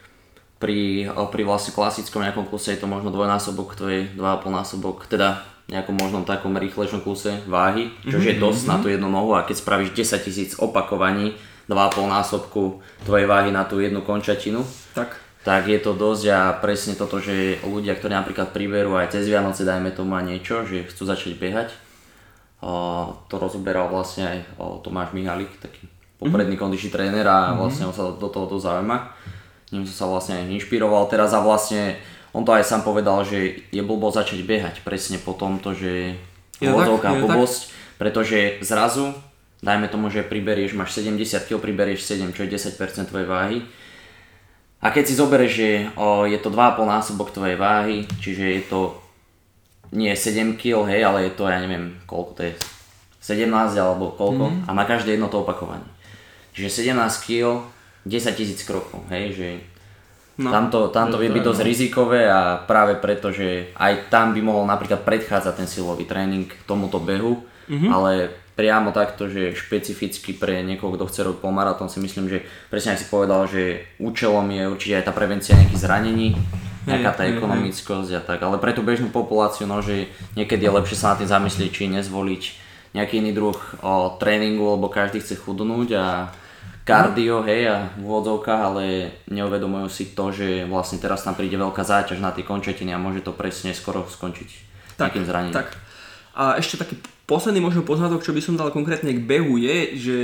pri, pri vlastne klasickom nejakom kluse je to možno dvojnásobok, to je dva a pol násobok, teda nejakom možnom takom rýchlejšom kluse váhy, čo mm-hmm. je dosť na tú jednu nohu, a keď spravíš desať tisíc opakovaní, dva a pol násobku tvojej váhy na tú jednu končatinu, tak. tak je to dosť, a presne toto, že ľudia, ktorí napríklad priberú aj cez Vianoce, dajme tomu a niečo, že chcú začať behať, to rozoberal vlastne aj Tomáš Mihalik, taký popredný mm-hmm. kondičný tréner a vlastne on sa do tohoto zaujíma. Ním som sa vlastne aj inšpiroval teraz a vlastne on to aj sám povedal, že je blbo začať behať presne po tomto, že je vôdzovká blbosť, pretože zrazu, dajme tomu, že priberieš, máš sedemdesiat kilogramov, priberieš sedem, čo je desať percent tvojej váhy. A keď si zoberieš, že o, je to dva a pol násobok tvojej váhy, čiže je to nie sedem kilogramov, hej, ale je to, ja neviem, koľko to je, sedemnásť alebo koľko, mm-hmm. a na každé jedno to opakovanie. Čiže sedemnásť kilogramov, desaťtisíc krokov, hej, že no. tamto, tamto vie byť dosť no. rizikové a práve preto, že aj tam by mohol napríklad predchádzať ten silový tréning tomuto behu, mm-hmm. ale priamo takto, že špecificky pre niekoho, kto chce robiť polmaratón, si myslím, že presne ak si povedal, že účelom je určite aj tá prevencia nejakých zranení, nejaká tá ekonomickosť a tak, ale pre tú bežnú populáciu, no, že niekedy je lepšie sa na tým zamyslieť, či nezvoliť nejaký iný druh o, tréningu, lebo každý chce chudnúť a kardio, hej, a v úvodzovkách, ale neuvedomujú si to, že vlastne teraz tam príde veľká záťaž na tie končatiny a môže to presne skoro skončiť tak, nejakým zranením. Tak. A ešte taký posledný možno poznatok, čo by som dal konkrétne k behu je, že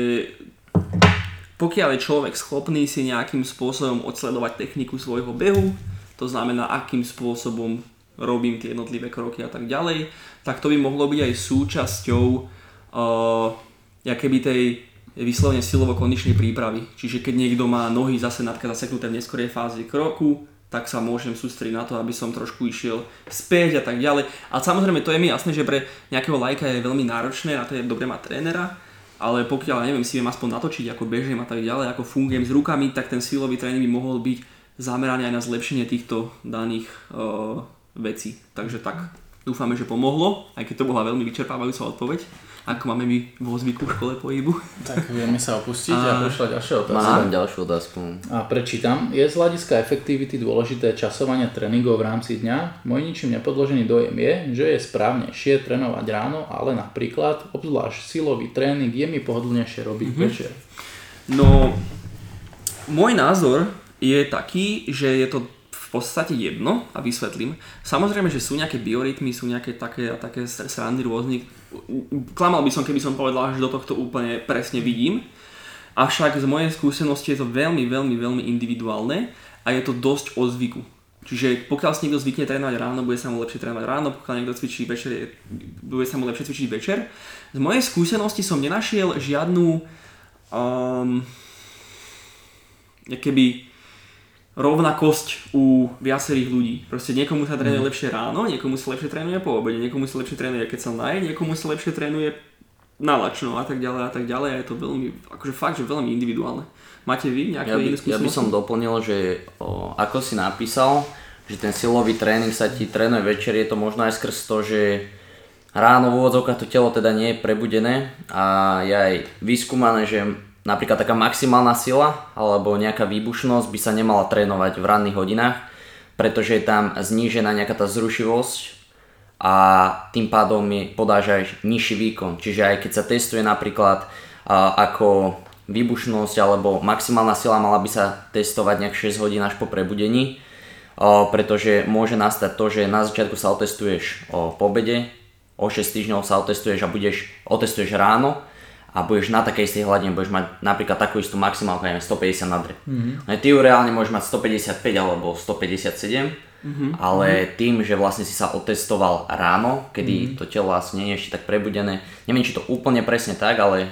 pokiaľ je človek schopný si nejakým spôsobom odsledovať techniku svojho behu, to znamená akým spôsobom robím tie jednotlivé kroky a tak ďalej, tak to by mohlo byť aj súčasťou uh, jakéby tej vyslovene silovo-kondičnej prípravy. Čiže keď niekto má nohy zase napríklad zaseknuté v neskorej fázi kroku, tak sa môžem sústrediť na to, aby som trošku išiel späť a tak ďalej. A samozrejme to je mi jasné, že pre nejakého lajka je veľmi náročné, na to je dobre mať trénera, ale pokiaľ, neviem, si viem aspoň natočiť, ako bežím a tak ďalej, ako fungujem s rukami, tak ten silový tréning by mohol byť zameraný aj na zlepšenie týchto daných uh, vecí. Takže tak, dúfame, že pomohlo, aj keď to bola veľmi vyčerpávajúca odpoveď. Ako máme my vo zvyku v škole pohybu. Tak vieme sa opustiť a, a prešla ďalšia otázka. Mám ďalšiu otázku. A prečítam. Je z hľadiska efektivity dôležité časovanie tréningov v rámci dňa? Môj ničím nepodložený dojem je, že je správnejšie trénovať ráno, ale napríklad obzvlášť silový tréning je mi pohodlnejšie robiť mm-hmm. večer. No, môj názor je taký, že je to v podstate jedno a vysvetlím. Samozrejme, že sú nejaké biorytmy, sú nejaké také a také srandy rôznych. Klamal by som, keby som povedal, že do tohto úplne presne vidím. Avšak z mojej skúsenosti je to veľmi, veľmi, veľmi individuálne a je to dosť o zvyku. Čiže pokiaľ si niekto zvykne trénovať ráno, bude sa mu lepšie trénovať ráno, pokiaľ niekto cvičí večer, bude sa mu lepšie cvičiť večer. Z mojej skúsenosti som nenašiel žiadnu um, keby rovnakosť u viacerých ľudí. Proste niekomu sa trénuje lepšie ráno, niekomu sa lepšie trénuje po obede, niekomu sa lepšie trénuje, keď sa naje, niekomu sa lepšie trénuje nalačno a tak ďalej a tak ďalej. A je to veľmi, akože fakt, že veľmi individuálne. Máte vy nejaké ja by, iné skúsenosti? Ja by som doplnil, že o, ako si napísal, že ten silový tréning sa ti trénuje večer, je to možno aj skrz to, že ráno v úvodzovkách to telo teda nie je prebudené a je aj vyskúmané, že napríklad taká maximálna sila alebo nejaká výbušnosť by sa nemala trénovať v ranných hodinách, pretože je tam znížená nejaká tá zrušivosť a tým pádom je, podáš aj nižší výkon. Čiže aj keď sa testuje napríklad a, ako výbušnosť alebo maximálna sila, mala by sa testovať nejak šesť hodín až po prebudení, a, pretože môže nastať to, že na začiatku sa otestuješ o, po obede, o šesť týždňov sa otestuješ a budeš, otestuješ ráno a budeš na takej istej hladine, budeš mať napríklad takú istú maximálku, neviem, stopäťdesiat nadre. Mm-hmm. Ty ju reálne môžeš mať stopäťdesiatpäť alebo stopäťdesiatsedem, mm-hmm. ale tým, že vlastne si sa otestoval ráno, kedy mm-hmm. to telo asi nie je ešte tak prebudené, neviem, či to úplne presne tak, ale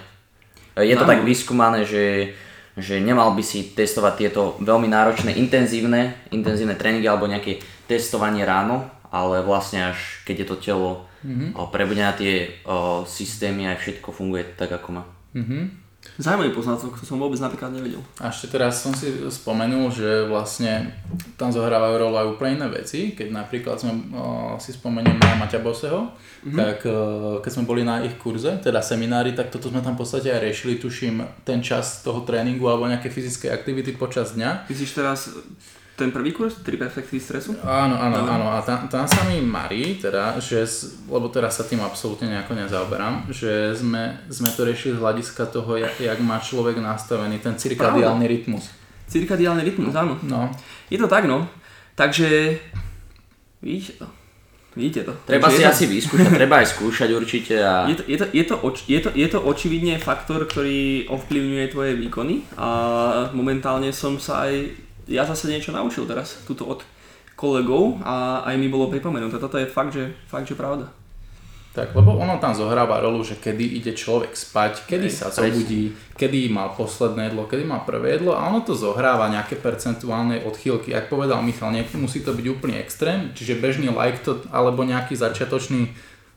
je to no. tak vyskúmané, že, že nemal by si testovať tieto veľmi náročné, intenzívne, intenzívne tréningy alebo nejaké testovanie ráno, ale vlastne až keď je to telo mm-hmm. prebudené, tie o, systémy aj všetko funguje tak, ako má. Mm-hmm. Zaujímavý poznatok, to som vôbec napríklad nevedel. A ešte teraz som si spomenul, že vlastne tam zohrávajú rolu aj úplne iné veci. Keď napríklad sme, o, si spomeniem na Maťa Boseho, mm-hmm. tak o, keď sme boli na ich kurze, teda seminári, tak toto sme tam v podstate aj riešili, tuším, ten čas toho tréningu alebo nejaké fyzické aktivity počas dňa. Myslíš teraz ten prvý kurz, tri perspektívy stresu? Áno, áno, áno. A tam, tam sa mi marí, teda, že, lebo teraz sa tým absolútne nejako nezaoberám, že sme, sme to riešili z hľadiska toho, jak, jak má človek nastavený ten cirkadiálny rytmus. Cirkadiálny rytmus, áno. No. Je to tak, no. Takže, vidíte to. Vidíte to. Treba Takže si je to- asi vyskúšať, treba aj skúšať určite a Je to, je, to, je, to, oč- je, to, je to očividne faktor, ktorý ovplyvňuje tvoje výkony a momentálne som sa aj ja zase niečo naučil teraz tuto od kolegov a aj mi bolo pripomenuté. Toto je fakt, že, fakt, že pravda. Tak, lebo ono tam zohráva rolu, že kedy ide človek spať, kedy sa zobudí, kedy má posledné jedlo, kedy má prvé jedlo a ono to zohráva nejaké percentuálne odchýlky. Jak povedal Michal, nemusí to byť úplný extrém, čiže bežný like to, alebo nejaký začiatočný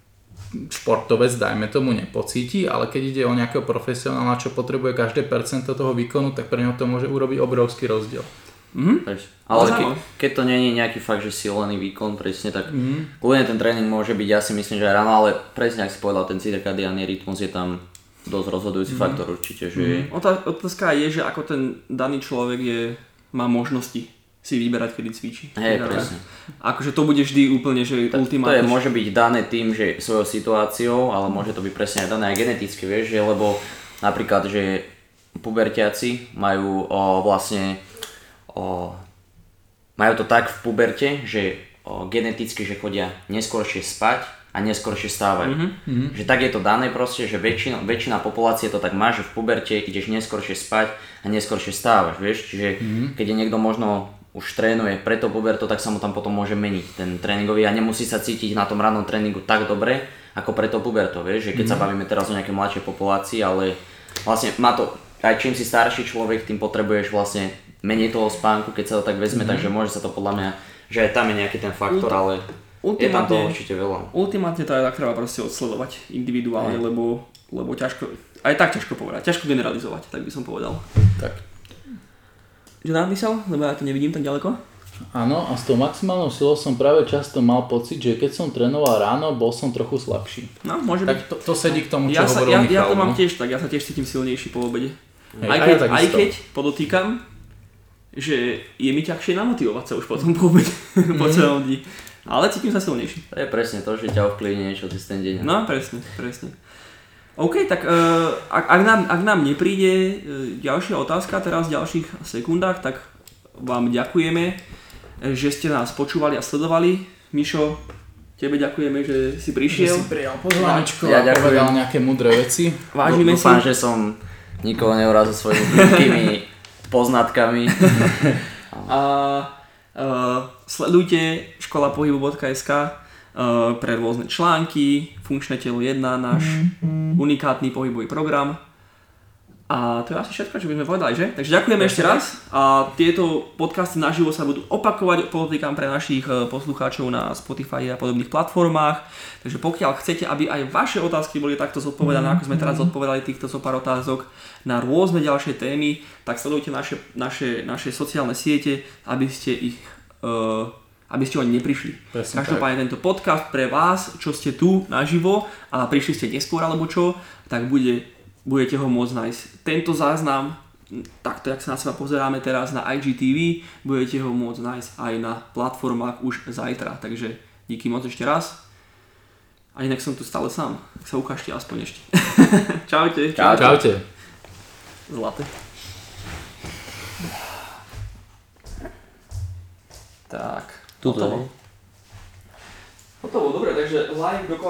športovec, dajme tomu, nepocíti, ale keď ide o nejakého profesionála, čo potrebuje každé percento toho výkonu, tak pre neho to môže urobiť obrovský rozdiel. Mhm. ale Ale ke, áno. keď to nie je nejaký fakt, že silený výkon, presne tak Mhm. kľudne ten tréning môže byť, ja si myslím, že aj ráno, ale presne ak si povedal, ten cirkadiánny rytmus je tam dosť rozhodujúci faktor určite, že Otá- Otázka je, že ako ten daný človek je, má možnosti si vyberať, kedy cvičí. hej, Teda, presne. Akože to bude vždy úplne, že To je, ultimátne. môže byť dané tým, že svojou situáciou, ale môže to byť presne aj dané aj geneticky, vieš, že lebo napríklad, že pubertiaci majú o, vlastne o, majú to tak v puberte, že o, geneticky, že chodia neskôršie spať a neskôršie stávajú. Mm-hmm. Že tak je to dané proste, že väčšina, väčšina populácie to tak má, že v puberte ideš neskôršie spať a neskôršie stávaš, vieš, čiže mm-hmm. keď je niekto možno už trénuje preto puberto, tak sa mu tam potom môže meniť ten tréningový a nemusí sa cítiť na tom rannom tréningu tak dobre, ako preto puberto, vieš, že keď mm. sa bavíme teraz o nejakej mladšej populácii, ale vlastne má to, aj čím si starší človek, tým potrebuješ vlastne menej toho spánku, keď sa to tak vezme, mm. takže môže sa to podľa mňa, že aj tam je nejaký ten faktor, Ulti- ale je tam toho určite veľa. Ultimátne to aj tak treba proste odsledovať individuálne, mm. lebo, lebo ťažko, aj tak ťažko povedať, ťažko generalizovať, tak by som povedal. Tak. Že napísal? Lebo ja to nevidím tak ďaleko. Áno, a s tou maximálnou silou som práve často mal pocit, že keď som trénoval ráno, bol som trochu slabší. No, môže byť. Tak to, to sedí k tomu, čo Ja, sa, hovoril ja, Michal. ja to mám no? tiež tak, ja sa tiež cítim silnejší po obede. Hej, aj, a keď, ja takisto. aj keď podotýkam, že je mi ťažšie namotivovať sa už potom po obede, po celom dni. Ale cítim sa silnejší. To je presne to, že ťa ovplyvní niečo cez ten deň. No, presne, presne. OK, tak uh, ak, ak, nám, ak nám nepríde uh, ďalšia otázka teraz v ďalších sekundách, tak vám ďakujeme, že ste nás počúvali a sledovali. Mišo, tebe ďakujeme, že si prišiel. Že si prijal pozvánečko Ja a ďakujem. povedal nejaké múdre veci. Vážime si. Dúfam, že som nikoho neurazil svojimi prudkými poznatkami. A uh, sledujte škola pohybu bodka es ká uh, pre rôzne články, Funkčné telo jeden, náš unikátny pohybový program. A to je asi všetko, čo by sme povedali, že? Takže ďakujeme ešte raz a tieto podcasty naživo sa budú opakovať, podotýkam pre našich poslucháčov na Spotify a podobných platformách. Takže pokiaľ chcete, aby aj vaše otázky boli takto zodpovedané, ako sme teraz zodpovedali týchto zo pár otázok na rôzne ďalšie témy, tak sledujte naše, naše, naše sociálne siete, aby ste ich uh, aby ste o ne neprišli. Presne Každopádne tento podcast pre vás, čo ste tu naživo a prišli ste neskôr alebo čo, tak bude budete ho môcť nájsť. Tento záznam, takto jak sa na seba pozeráme teraz na í gé té vé, budete ho môcť nájsť aj na platformách už zajtra. Takže díky moc ešte raz. A inak som tu stále sám. Tak sa ukážte aspoň ešte. Čaute. Čau, čaute. Zlaté. Tak. Tuto Hotovo. Hotovo, dobre, takže live dokonca.